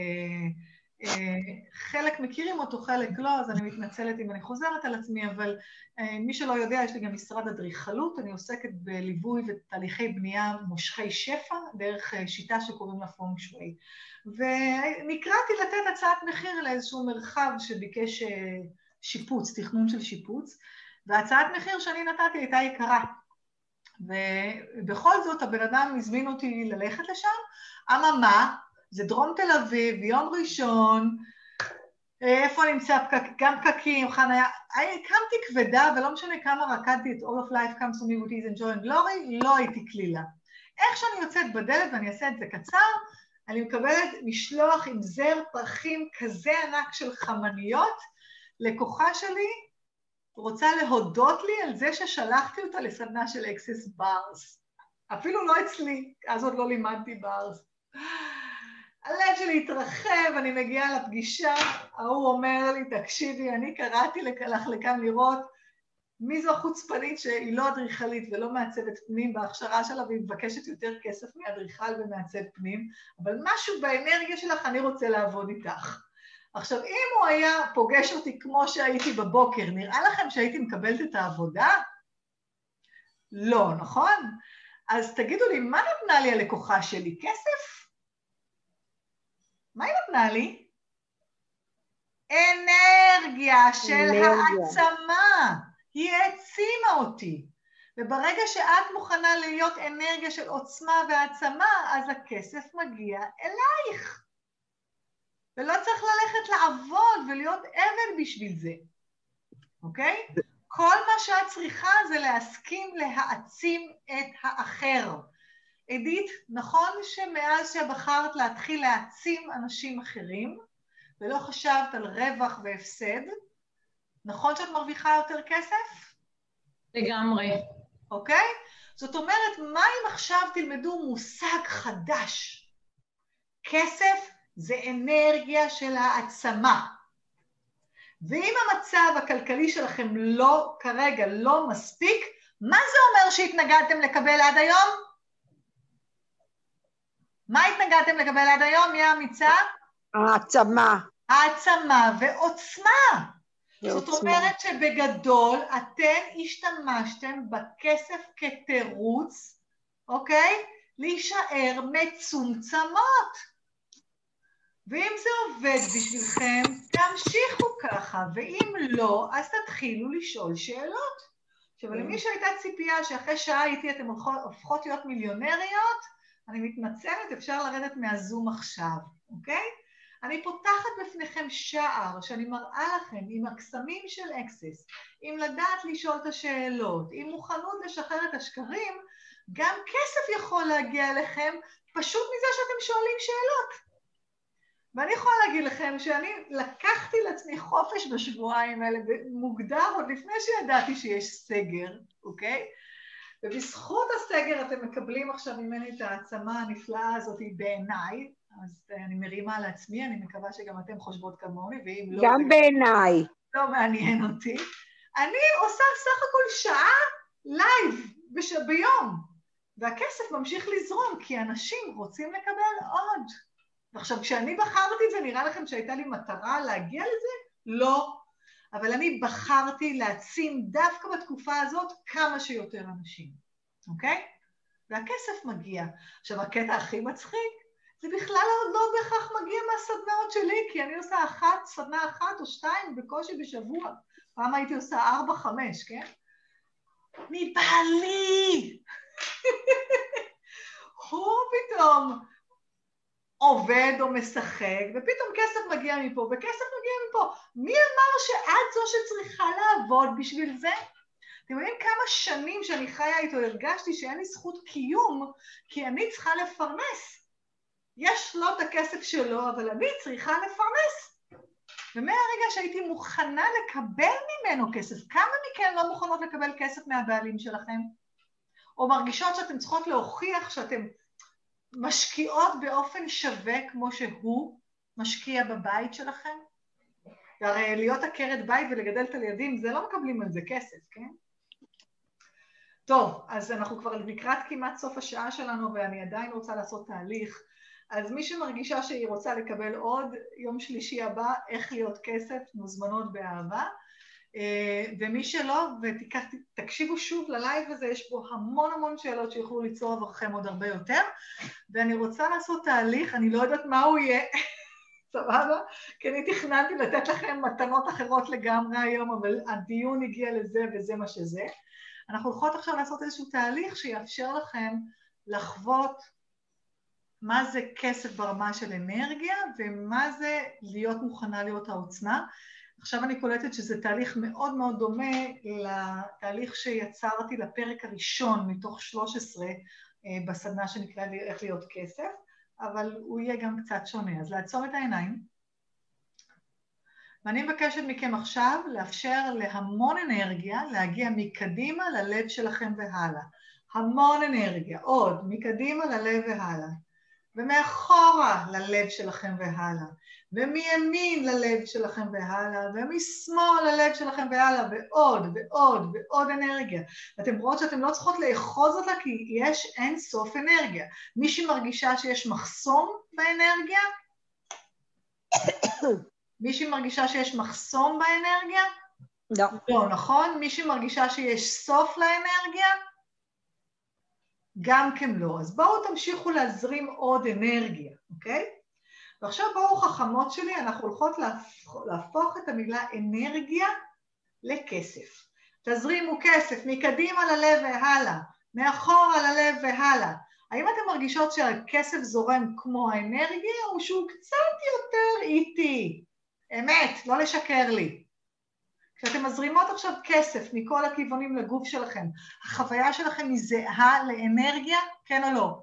חלק מכירים אותו, חלק לא, אז אני מתנצלת אם אני חוזרת על עצמי, אבל מי שלא יודע, יש לי גם משרד אדריכלות, אני עוסקת בליווי ותהליכי בנייה מושכי שפע, דרך שיטה שקוראים לה פונג שווי, ונקראתי לתת הצעת מחיר לאיזשהו מרחב שביקש שיפוץ, תכנון של שיפוץ, והצעת מחיר שאני נתתי הייתה יקרה. ובכל זאת הבן אדם הזמין אותי ללכת לשם, אממה, זה דרום תל אביב, יום ראשון, איפה נמצא פקק, גם פקקים, חניה, קמתי כבדה ולא משנה כמה רקדתי את All of Life comes to me with ease and joy and glory, לא הייתי כלילה. איך שאני יוצאת בדלת ואני אעשה את זה קצר, אני מקבלת משלוח עם זר פרחים כזה ענק של חמניות, לקוחה שלי, רוצה להודות לי על זה ששלחתי אותה לסדנה של אקסס ברס. אפילו לא אצלי, אז עוד לא לימדתי בארץ. הלב שלי התרחב, אני מגיעה לפגישה, ההוא אומר לי, תקשיבי, אני קראתי לך לכאן לראות מי זו החוצפנית שהיא לא אדריכלית ולא מעצבת פנים בהכשרה שלה, והיא מבקשת יותר כסף מאדריכל ומעצב פנים, אבל משהו באנרגיה שלך אני רוצה לעבוד איתך. עכשיו, אם הוא היה פוגש אותי כמו שהייתי בבוקר, נראה לכם שהייתי מקבלת את העבודה? לא, נכון? אז תגידו לי, מה נתנה לי הלקוחה שלי? כסף? מה היא נתנה לי? אנרגיה של העצמה. היא העצימה אותי. וברגע שאת מוכנה להיות אנרגיה של עוצמה והעצמה, אז הכסף מגיע אלייך. ולא צריך ללכת לעבוד ולהיות עבד בשביל זה. אוקיי? כל מה שאת צריכה זה להסכים להעצים את האחר. עדית, נכון שמאז שבחרת להתחיל להעצים אנשים אחרים, ולא חשבת על רווח והפסד, נכון שאת מרוויחה יותר כסף? לגמרי. אוקיי? זאת אומרת, מה אם עכשיו תלמדו מושג חדש? כסף זה אנרגיה של העצמה. ואם המצב הכלכלי שלכם לא, כרגע לא מספיק, מה זה אומר שהתנגדתם לקבל עד היום? מה התנגדתם לקבל עד היום, יא אמיצה? העצמה. העצמה ועוצמה. זאת אומרת שבגדול אתם השתמשתם בכסף כתירוץ, אוקיי? להישאר מצומצמות. ואם זה עובד בשבילכם, תמשיכו ככה, ואם לא, אז תתחילו לשאול שאלות. עכשיו, למי שהייתה ציפייה שאחרי שעה איתי אתם הופכות להיות מיליונריות, אני מתנצלת, אפשר לרדת מהזום עכשיו, אוקיי? אני פותחת בפניכם שער שאני מראה לכם עם הקסמים של אקסס, עם לדעת לשאול את השאלות, עם מוכנות לשחרר את השקרים, גם כסף יכול להגיע אליכם פשוט מזה שאתם שואלים שאלות. ואני יכולה להגיד לכם שאני לקחתי לעצמי חופש בשבועיים האלה, מוגדר עוד לפני שידעתי שיש סגר, אוקיי? ובזכות הסגר אתם מקבלים עכשיו ממני את העצמה הנפלאה הזאת בעיניי, אז אני מרימה על עצמי, אני מקווה שגם אתם חושבות כמוני, ואם לא... גם בעיניי. לא מעניין אותי. אני עושה סך הכל שעה לייב בש... ביום, והכסף ממשיך לזרום, כי אנשים רוצים לקבל עוד. ועכשיו, כשאני בחרתי את זה, נראה לכם שהייתה לי מטרה להגיע לזה? לא. אבל אני בחרתי להעצים דווקא בתקופה הזאת כמה שיותר אנשים, אוקיי? והכסף מגיע. עכשיו, הקטע הכי מצחיק, זה בכלל עוד לא בהכרח מגיע מהסדנאות שלי, כי אני עושה אחת, סדנה אחת או שתיים בקושי בשבוע. פעם הייתי עושה ארבע, חמש, כן? מבעלי! הוא פתאום עובד או משחק, ופתאום כסף מגיע מפה, וכסף מגיע מפה. מי אמר שאת זו שצריכה לעבוד בשביל זה? אתם יודעים כמה שנים שאני חיה איתו הרגשתי שאין לי זכות קיום, כי אני צריכה לפרנס. יש לו את הכסף שלו, אבל אני צריכה לפרנס. ומהרגע שהייתי מוכנה לקבל ממנו כסף, כמה מכן לא מוכנות לקבל כסף מהבעלים שלכם? או מרגישות שאתן צריכות להוכיח שאתן משקיעות באופן שווה כמו שהוא משקיע בבית שלכם? והרי להיות עקרת בית ולגדל את הילדים, זה לא מקבלים על זה כסף, כן? טוב, אז אנחנו כבר לקראת כמעט סוף השעה שלנו, ואני עדיין רוצה לעשות תהליך. אז מי שמרגישה שהיא רוצה לקבל עוד, יום שלישי הבא, איך להיות כסף, מוזמנות באהבה. ומי שלא, ותקשיבו שוב ללייב הזה, יש פה המון המון שאלות שיוכלו ליצור עבורכם עוד הרבה יותר, ואני רוצה לעשות תהליך, אני לא יודעת מה הוא יהיה, סבבה? כי אני תכננתי לתת לכם מתנות אחרות לגמרי היום, אבל הדיון הגיע לזה וזה מה שזה. אנחנו הולכות עכשיו לעשות איזשהו תהליך שיאפשר לכם לחוות מה זה כסף ברמה של אנרגיה, ומה זה להיות מוכנה להיות העוצמה. עכשיו אני קולטת שזה תהליך מאוד מאוד דומה לתהליך שיצרתי לפרק הראשון מתוך שלוש עשרה בסדנה שנקרא לי איך להיות כסף, אבל הוא יהיה גם קצת שונה. אז לעצום את העיניים, ואני מבקשת מכם עכשיו לאפשר להמון אנרגיה להגיע מקדימה ללב שלכם והלאה. המון אנרגיה, עוד, מקדימה ללב והלאה, ומאחורה ללב שלכם והלאה, ומימין ללב שלכם והלאה, ומשמאל ללב שלכם והלאה, ועוד ועוד ועוד אנרגיה. ואתם רואות שאתם לא צריכות לאחוז אותה כי יש אין סוף אנרגיה. מישהי מרגישה שיש מחסום באנרגיה? מישהי מרגישה שיש מחסום באנרגיה? לא. לא, נכון? מישהי מרגישה שיש סוף לאנרגיה? גם כן לא. אז בואו תמשיכו להזרים עוד אנרגיה, אוקיי? ועכשיו בואו חכמות שלי, אנחנו הולכות להפוך, להפוך את המילה אנרגיה לכסף. תזרימו כסף מקדימה ללב והלאה, מאחורה ללב והלאה. האם אתם מרגישות שהכסף זורם כמו האנרגיה, או שהוא קצת יותר איטי? אמת, לא לשקר לי. כשאתם מזרימות עכשיו כסף מכל הכיוונים לגוף שלכם, החוויה שלכם היא זהה לאנרגיה, כן או לא?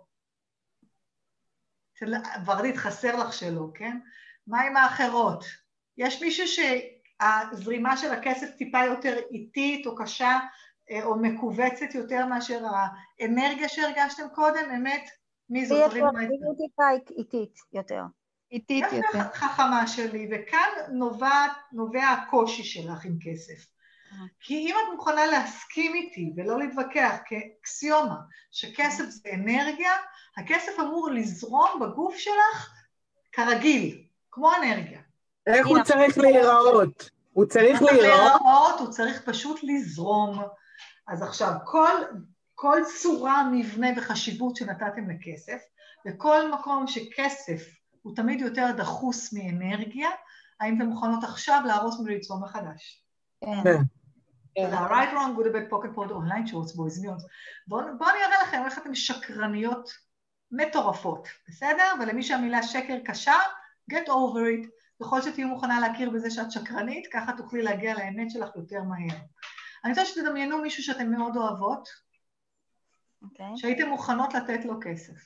ורדית, חסר לך שלא, כן? מה עם האחרות? יש מישהו שהזרימה של הכסף טיפה יותר איטית או קשה, או מקובצת יותר מאשר האנרגיה שהרגשתם קודם? אמת? מי זאת? היא טיפה איטית יותר. איטית יותר. יפה חכמה שלי, וכאן נובע, נובע הקושי שלך עם כסף. כי אם את מוכנה להסכים איתי ולא להתווכח כאקסיומה שכסף זה אנרגיה, הכסף אמור לזרום בגוף שלך כרגיל, כמו אנרגיה. איך הוא צריך להיראות? הוא צריך להיראות? הוא צריך פשוט לזרום. אז עכשיו, כל, כל צורה, מבנה וחשיבות שנתתם לכסף, וכל מקום שכסף הוא תמיד יותר דחוס מאנרגיה, האם אתם מוכנות עכשיו להרוס וליצור מחדש? כן. ה-right wrong good bad pocket pod online shorts boys מיונס. בואו אני אראה לכם איך אתם שקרניות מטורפות, בסדר? ולמי שהמילה שקר קשה, get over it. בכל שתהיו מוכנה להכיר בזה שאת שקרנית, ככה תוכלי להגיע לאמת שלך יותר מהר. אני רוצה שתדמיינו מישהו שאתם מאוד אוהבות, okay. שהייתם מוכנות לתת לו כסף.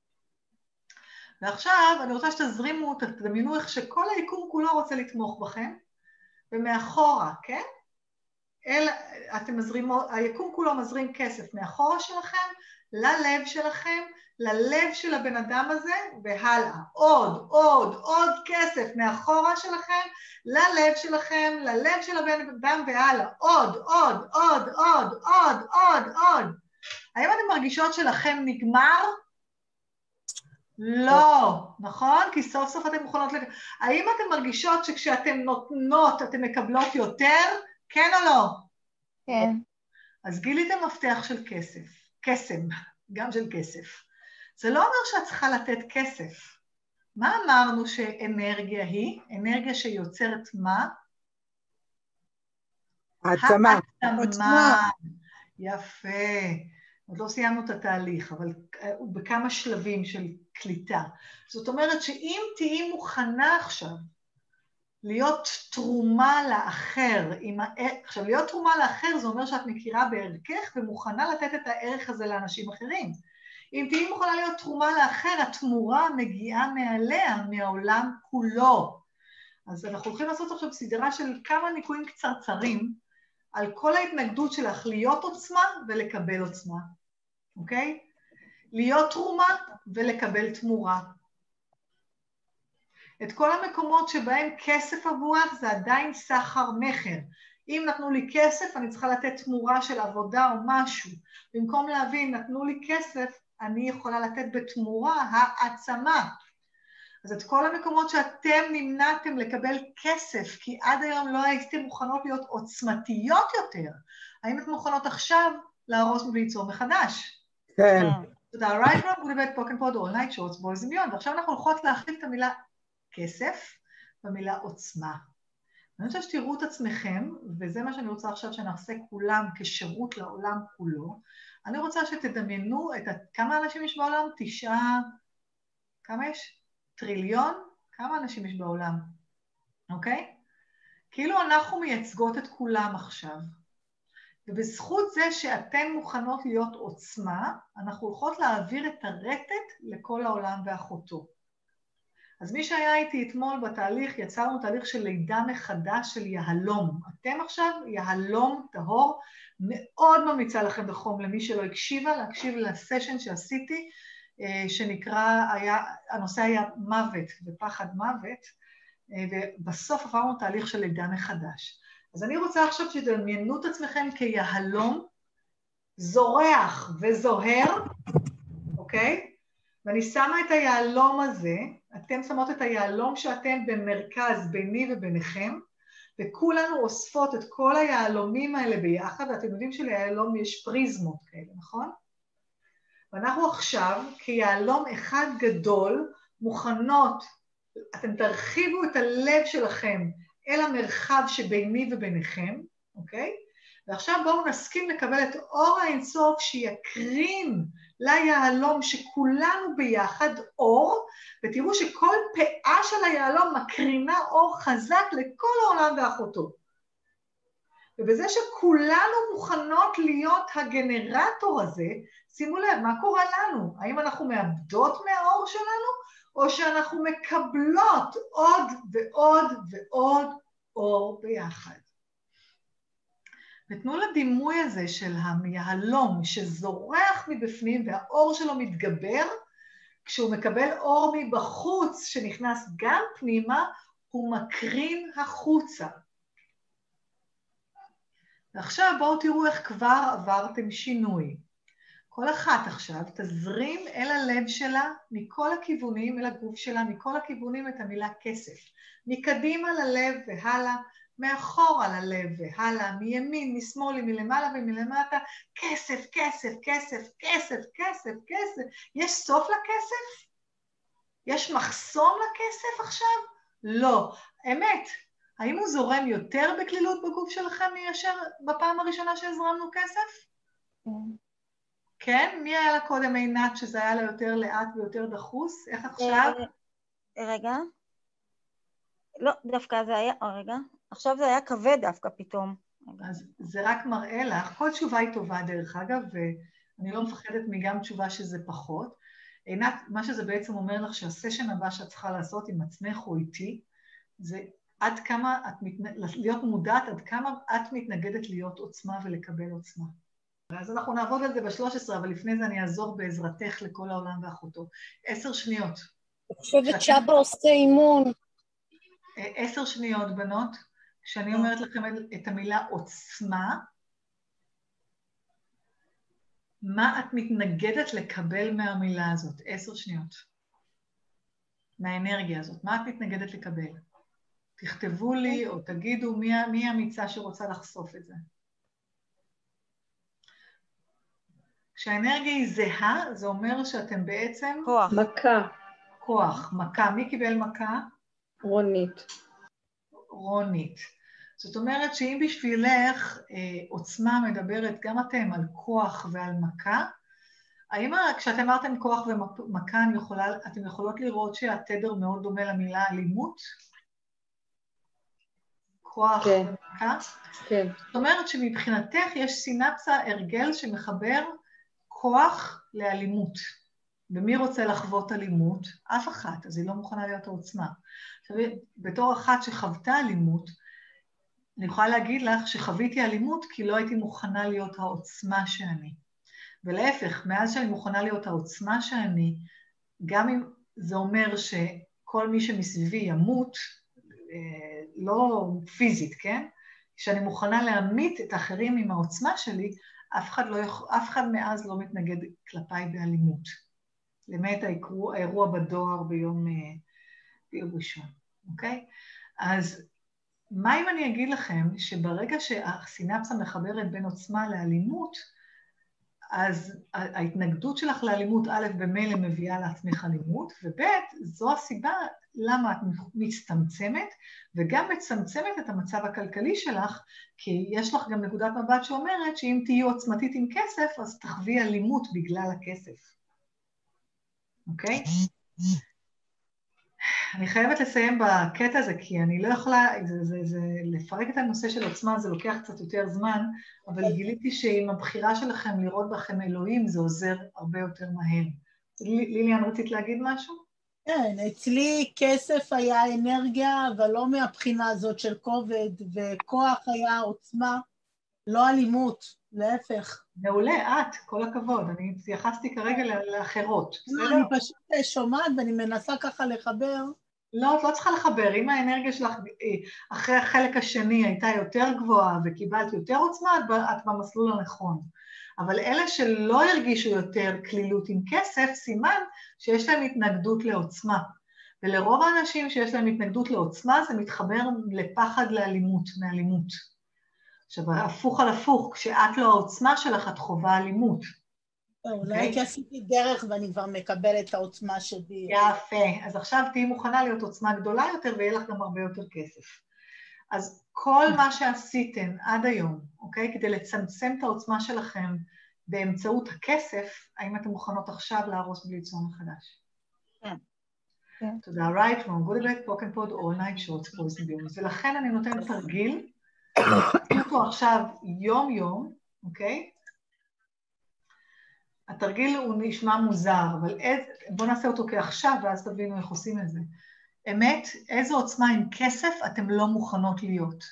ועכשיו אני רוצה שתזרימו, תדמיינו איך שכל היקום כולו רוצה לתמוך בכם, ומאחורה, כן? אל, אתם מזרימו, היקום כולו מזרים כסף מאחורה שלכם, ללב שלכם, ללב של הבן אדם הזה, והלאה. עוד, עוד, עוד כסף מאחורה שלכם, ללב שלכם, ללב של הבן אדם, והלאה. עוד, עוד, עוד, עוד, עוד, עוד, עוד. האם אתם מרגישות שלכם נגמר? לא, נכון? כי סוף סוף אתן מוכנות לג... האם אתן מרגישות שכשאתן נותנות אתן מקבלות יותר? כן או לא? כן. אז גיליתם מפתח של כסף, קסם, גם של כסף. זה לא אומר שאת צריכה לתת כסף. מה אמרנו שאנרגיה היא? אנרגיה שיוצרת מה? העצמה. העצמה. יפה. עוד לא סיימנו את התהליך, אבל הוא בכמה שלבים של קליטה. זאת אומרת שאם תהיי מוכנה עכשיו להיות תרומה לאחר, ה... עכשיו להיות תרומה לאחר זה אומר שאת מכירה בערכך ומוכנה לתת את הערך הזה לאנשים אחרים. אם תהיי מוכנה להיות תרומה לאחר, התמורה מגיעה מעליה, מהעולם כולו. אז אנחנו הולכים לעשות עכשיו סדרה של כמה ניקויים קצרצרים, על כל ההתנגדות שלך להיות עוצמה ולקבל עוצמה, אוקיי? להיות תרומה ולקבל תמורה. את כל המקומות שבהם כסף עבורך זה עדיין סחר מחר. אם נתנו לי כסף, אני צריכה לתת תמורה של עבודה או משהו. במקום להבין, נתנו לי כסף, אני יכולה לתת בתמורה העצמה. אז את כל המקומות שאתם נמנעתם לקבל כסף, כי עד היום לא הייתם מוכנות להיות עוצמתיות יותר, האם אתם מוכנות עכשיו להרוס וליצור מחדש? כן. תודה, right now, good bad pocket pod all night shorts boys מיון, ועכשיו אנחנו הולכות להחליף את המילה כסף במילה עוצמה. אני רוצה שתראו את עצמכם, וזה מה שאני רוצה עכשיו שנעשה כולם כשירות לעולם כולו. אני רוצה שתדמיינו את כמה אנשים יש בעולם? תשעה, כמה יש? טריליון? כמה אנשים יש בעולם? אוקיי? כאילו אנחנו מייצגות את כולם עכשיו. ובזכות זה שאתן מוכנות להיות עוצמה, אנחנו הולכות להעביר את הרטט לכל העולם ואחותו. אז מי שהיה איתי אתמול בתהליך, יצרנו תהליך של לידה מחדש של יהלום. אתם עכשיו יהלום טהור, מאוד ממליצה לכם בחום למי שלא הקשיבה, להקשיב לסשן שעשיתי, שנקרא, היה, הנושא היה מוות ופחד מוות, ובסוף עברנו תהליך של לידה מחדש. אז אני רוצה עכשיו שתדמיינו את עצמכם כיהלום, זורח וזוהר, אוקיי? ואני שמה את היהלום הזה, אתם שמות את היהלום שאתם במרכז ביני וביניכם, וכולנו אוספות את כל היהלומים האלה ביחד, ואתם יודעים שליהלום יש פריזמות כאלה, נכון? ואנחנו עכשיו, כיהלום אחד גדול, מוכנות, אתם תרחיבו את הלב שלכם אל המרחב שביני וביניכם, אוקיי? ועכשיו בואו נסכים לקבל את אור האינסוף שיקרין ליהלום שכולנו ביחד אור, ותראו שכל פאה של היהלום מקרינה אור חזק לכל העולם ואחותו. ובזה שכולנו מוכנות להיות הגנרטור הזה, שימו לב, מה קורה לנו? האם אנחנו מאבדות מהאור שלנו, או שאנחנו מקבלות עוד ועוד ועוד אור ביחד? ותנו לדימוי הזה של היהלום שזורח מבפנים והאור שלו מתגבר, כשהוא מקבל אור מבחוץ שנכנס גם פנימה, הוא מקרין החוצה. ועכשיו בואו תראו איך כבר עברתם שינוי. כל אחת עכשיו תזרים אל הלב שלה מכל הכיוונים, אל הגוף שלה, מכל הכיוונים את המילה כסף. מקדימה ללב והלאה, מאחורה ללב והלאה, מימין, משמאל, מלמעלה ומלמטה, כסף, כסף, כסף, כסף, כסף, כסף. יש סוף לכסף? יש מחסום לכסף עכשיו? לא. אמת, האם הוא זורם יותר בכלילות בגוף שלכם מאשר בפעם הראשונה שהזרמנו כסף? כן? מי היה לה קודם עינת שזה היה לה יותר לאט ויותר דחוס? איך עכשיו? רגע. לא, דווקא זה היה, רגע. עכשיו זה היה כבד דווקא פתאום. אז זה רק מראה לך, כל תשובה היא טובה דרך אגב, ואני לא מפחדת מגם תשובה שזה פחות. עינת, מה שזה בעצם אומר לך שהסשן הבא שאת צריכה לעשות עם עצמך או איתי, זה עד כמה את מתנ... להיות מודעת, עד כמה את מתנגדת להיות עוצמה ולקבל עוצמה. אז אנחנו נעבוד על זה ב-שלוש עשרה, אבל לפני זה אני אעזור בעזרתך לכל העולם ואחותו. עשר שניות. אני חושבת שאבא עושה אימון. עשר שניות, בנות. כשאני אומרת לכם את המילה עוצמה, מה את מתנגדת לקבל מהמילה הזאת? עשר שניות. מהאנרגיה הזאת. מה את מתנגדת לקבל? תכתבו לי או תגידו מי, מי האמיצה שרוצה לחשוף את זה. כשהאנרגיה היא זהה, זה אומר שאתם בעצם... כוח. מכה. כוח. מכה. מי קיבל מכה? רונית. רונית. זאת אומרת שאם בשבילך אה, עוצמה מדברת גם אתם על כוח ועל מכה, האם כשאתם אמרתם כוח ומכה, יכולה, אתם יכולות לראות שהתדר מאוד דומה למילה אלימות? כוח כן. ומכה? כן. זאת אומרת שמבחינתך יש סינפסה, הרגל שמחבר כוח לאלימות. ומי רוצה לחוות אלימות? אף אחת, אז היא לא מוכנה להיות העוצמה. עכשיו, בתור אחת שחוותה אלימות, אני יכולה להגיד לך שחוויתי אלימות כי לא הייתי מוכנה להיות העוצמה שאני. ולהפך, מאז שאני מוכנה להיות העוצמה שאני, גם אם זה אומר שכל מי שמסביבי ימות, לא פיזית, כן? כשאני מוכנה להמית את האחרים עם העוצמה שלי, אף אחד, לא, אף אחד מאז לא מתנגד כלפיי באלימות. למעט האירוע בדואר ביום, ביום ראשון, אוקיי? אז מה אם אני אגיד לכם שברגע שהסינפסה מחברת בין עוצמה לאלימות, אז ההתנגדות שלך לאלימות א' במילא מביאה לעצמך אלימות, וב' זו הסיבה למה את מצטמצמת, וגם מצמצמת את המצב הכלכלי שלך, כי יש לך גם נקודת מבט שאומרת שאם תהיו עוצמתית עם כסף, אז תחווי אלימות בגלל הכסף. אוקיי? אני חייבת לסיים בקטע הזה, כי אני לא יכולה, זה, זה, זה, לפרק את הנושא של עוצמה, זה לוקח קצת יותר זמן, אבל גיליתי שעם הבחירה שלכם לראות בכם אלוהים, זה עוזר הרבה יותר מהר. ליליאן, רצית להגיד משהו? כן, אצלי כסף היה אנרגיה, אבל לא מהבחינה הזאת של כובד, וכוח היה עוצמה, לא אלימות, להפך. מעולה, את, כל הכבוד, אני התייחסתי כרגע לאחרות, בסדר? אני פשוט שומעת ואני מנסה ככה לחבר. לא, את לא צריכה לחבר, אם האנרגיה שלך אחרי החלק השני הייתה יותר גבוהה וקיבלת יותר עוצמה, את במסלול הנכון. אבל אלה שלא הרגישו יותר כלילות עם כסף, סימן שיש להם התנגדות לעוצמה. ולרוב האנשים שיש להם התנגדות לעוצמה, זה מתחבר לפחד לאלימות, מאלימות. עכשיו, הפוך על הפוך, כשאת לא העוצמה שלך, את חובה אלימות. אולי כי עשיתי דרך ואני כבר מקבלת את העוצמה שלי. יפה, אז עכשיו תהיי מוכנה להיות עוצמה גדולה יותר, ויהיה לך גם הרבה יותר כסף. אז כל מה שעשיתם עד היום, אוקיי? כדי לצמצם את העוצמה שלכם באמצעות הכסף, האם אתם מוכנות עכשיו להרוס בלי ליצור מחדש? כן. תודה, right, from good bad, pocket pod, all night shorts, poison bills. ולכן אני נותנת תרגיל, עשיתי אותו עכשיו יום-יום, אוקיי? התרגיל הוא נשמע מוזר, אבל בואו נעשה אותו כעכשיו, ואז תבינו איך עושים את זה. אמת, איזו עוצמה עם כסף אתם לא מוכנות להיות?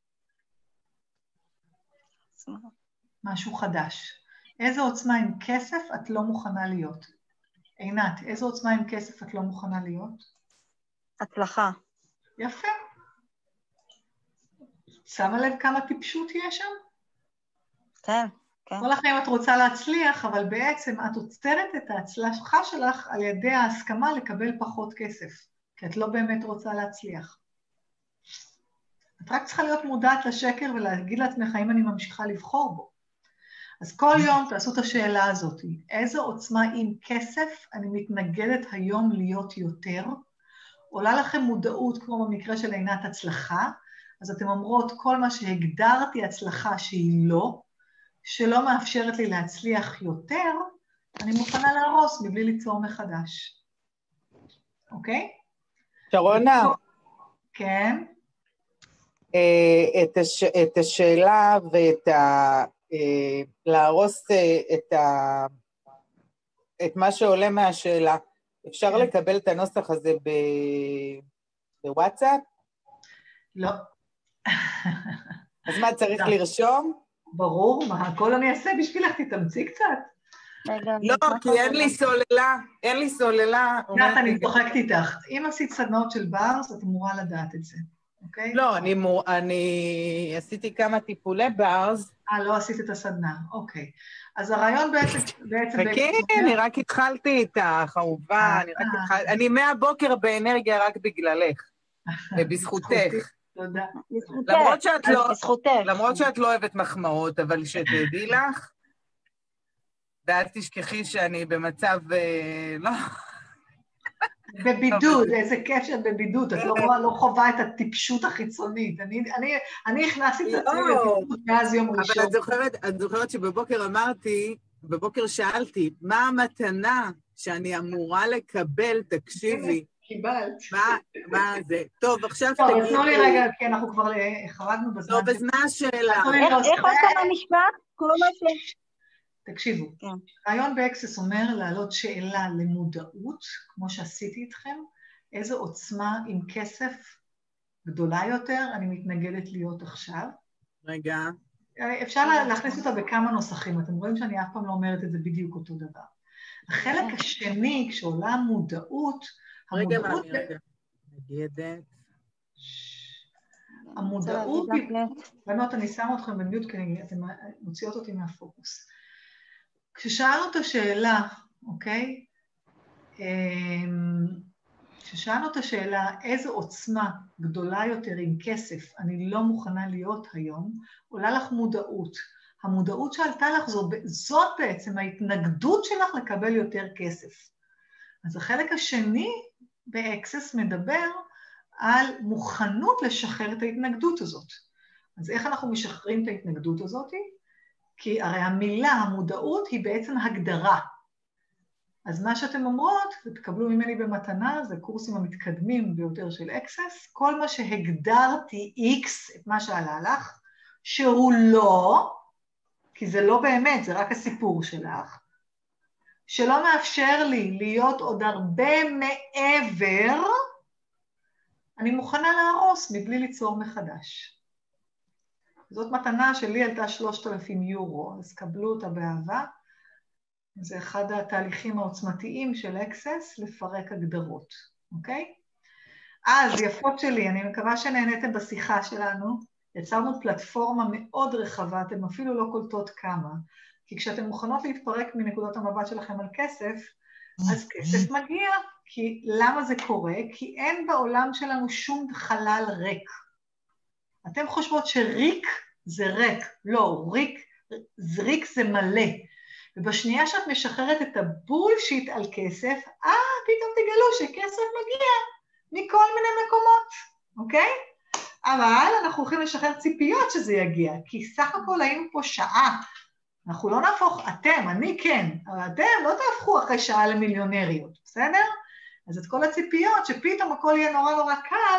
משהו חדש. איזו עוצמה עם כסף את לא מוכנה להיות? עינת, איזו עוצמה עם כסף את לא מוכנה להיות? הצלחה. יפה. שמה לב כמה טיפשות יש שם? כן, כן. כל החיים את רוצה להצליח, אבל בעצם את עוצרת את ההצלחה שלך על ידי ההסכמה לקבל פחות כסף, כי את לא באמת רוצה להצליח. את רק צריכה להיות מודעת לשקר ולהגיד לעצמך האם אני ממשיכה לבחור בו. אז כל יום תעשו את השאלה הזאת, איזו עוצמה עם כסף אני מתנגדת היום להיות יותר? עולה לכם מודעות כמו במקרה של עינת הצלחה, אז אתם אומרות כל מה שהגדרתי הצלחה שהיא לא, שלא מאפשרת לי להצליח יותר, אני מוכנה להרוס מבלי ליצור מחדש. אוקיי? שרונה. כן? את, הש, את השאלה ואת ה... להרוס את, ה, את מה שעולה מהשאלה. אפשר כן. לקבל את הנוסח הזה ב, בוואטסאפ? לא. אז מה, צריך לא. לרשום? ברור, מה, הכל אני אעשה בשבילך, תתאמצי קצת. לא, כי אין לי סוללה, אין לי סוללה. יודעת, אני צוחקת איתך. אם עשית סדנאות של ברס, את אמורה לדעת את זה, אוקיי? לא, אני, מור... אני עשיתי כמה טיפולי ברס. אה, לא עשית את הסדנה, אוקיי. אז הרעיון בעצם... וכן, אני רק התחלתי איתך, אהובה, אני רק התחלתי, אני מהבוקר באנרגיה רק בגללך, בזכותך. תודה. למרות שאת לא, למרות שאת לא אוהבת מחמאות, אבל שתדעי לך, ואת תשכחי שאני במצב, לא... בבידוד, איזה כיף שאת בבידוד, את לא חובה את הטיפשות החיצונית. אני הכנסתי את עצמי לבידוד מאז יום ראשון. אבל את זוכרת שבבוקר אמרתי, בבוקר שאלתי, מה המתנה שאני אמורה לקבל, תקשיבי. קיבלת. מה זה? טוב, עכשיו תגידי. טוב, תנו לי רגע, כי אנחנו כבר חרגנו בזמן. טוב, אז מה השאלה? איך עוד כמה משפט? כל מה ש... תקשיבו, רעיון באקסס אומר להעלות שאלה למודעות, כמו שעשיתי איתכם, איזו עוצמה עם כסף גדולה יותר אני מתנגדת להיות עכשיו. רגע. אפשר להכניס אותה בכמה נוסחים, אתם רואים שאני אף פעם לא אומרת את זה בדיוק אותו דבר. החלק השני, כשעולה המודעות, רגע, המודעות... רגע, רגע. נגדת. המודעות... באמת, אני שמה אתכם במיוט, כי אתם מוציאות אותי מהפוקוס. כששאלנו את השאלה, אוקיי? כששאלנו את השאלה איזו עוצמה גדולה יותר עם כסף אני לא מוכנה להיות היום, עולה לך מודעות. המודעות שעלתה לך זו, זאת בעצם ההתנגדות שלך לקבל יותר כסף. אז החלק השני באקסס מדבר על מוכנות לשחרר את ההתנגדות הזאת. אז איך אנחנו משחררים את ההתנגדות הזאת? כי הרי המילה, המודעות, היא בעצם הגדרה. אז מה שאתם אומרות, ותקבלו ממני במתנה, זה קורסים המתקדמים ביותר של אקסס, כל מה שהגדרתי X, את מה שעלה לך, שהוא לא, כי זה לא באמת, זה רק הסיפור שלך, שלא מאפשר לי להיות עוד הרבה מעבר, אני מוכנה להרוס מבלי ליצור מחדש. זאת מתנה שלי עלתה שלושת אלפים יורו, אז קבלו אותה באהבה. זה אחד התהליכים העוצמתיים של אקסס, לפרק הגדרות, אוקיי? אז יפות שלי, אני מקווה שנהניתם בשיחה שלנו. יצרנו פלטפורמה מאוד רחבה, אתם אפילו לא קולטות כמה. כי כשאתם מוכנות להתפרק מנקודות המבט שלכם על כסף, אז כסף מגיע. כי למה זה קורה? כי אין בעולם שלנו שום חלל ריק. אתם חושבות שריק זה ריק. לא, ריק, ריק זה מלא. ובשנייה שאת משחררת את הבולשיט על כסף, אה, פתאום תגלו שכסף מגיע מכל מיני מקומות, אוקיי? אבל אנחנו הולכים לשחרר ציפיות שזה יגיע, כי סך הכל היינו פה שעה. אנחנו לא נהפוך, אתם, אני כן, אבל אתם לא תהפכו אחרי שעה למיליונריות, בסדר? אז את כל הציפיות, שפתאום הכל יהיה נורא נורא קל,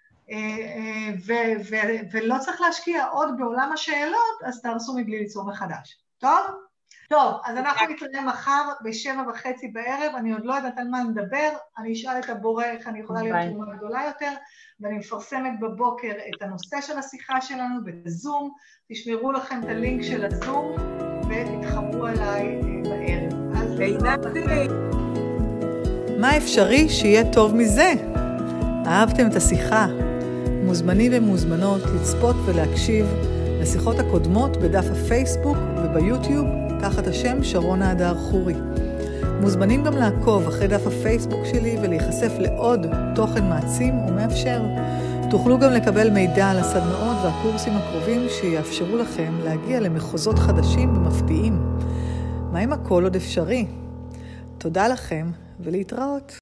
ו- ו- ולא צריך להשקיע עוד בעולם השאלות, אז תהרסו מבלי ליצור מחדש. טוב? טוב, אז אנחנו נתראה מחר בשבע וחצי בערב, אני עוד לא יודעת על מה נדבר, אני אשאל את הבורא איך אני יכולה להיות תרומה גדולה יותר, ואני מפרסמת בבוקר את הנושא של השיחה שלנו בזום, תשמרו לכם את הלינק של הזום, ותתחברו עליי בערב. אז עינתי. מה אפשרי שיהיה טוב מזה? אהבתם את השיחה? מוזמנים ומוזמנות לצפות ולהקשיב לשיחות הקודמות בדף הפייסבוק וביוטיוב, תחת השם שרונה הדר חורי. מוזמנים גם לעקוב אחרי דף הפייסבוק שלי ולהיחשף לעוד תוכן מעצים ומאפשר. תוכלו גם לקבל מידע על הסדנאות והקורסים הקרובים שיאפשרו לכם להגיע למחוזות חדשים ומפתיעים. מה אם הכל עוד אפשרי? תודה לכם ולהתראות.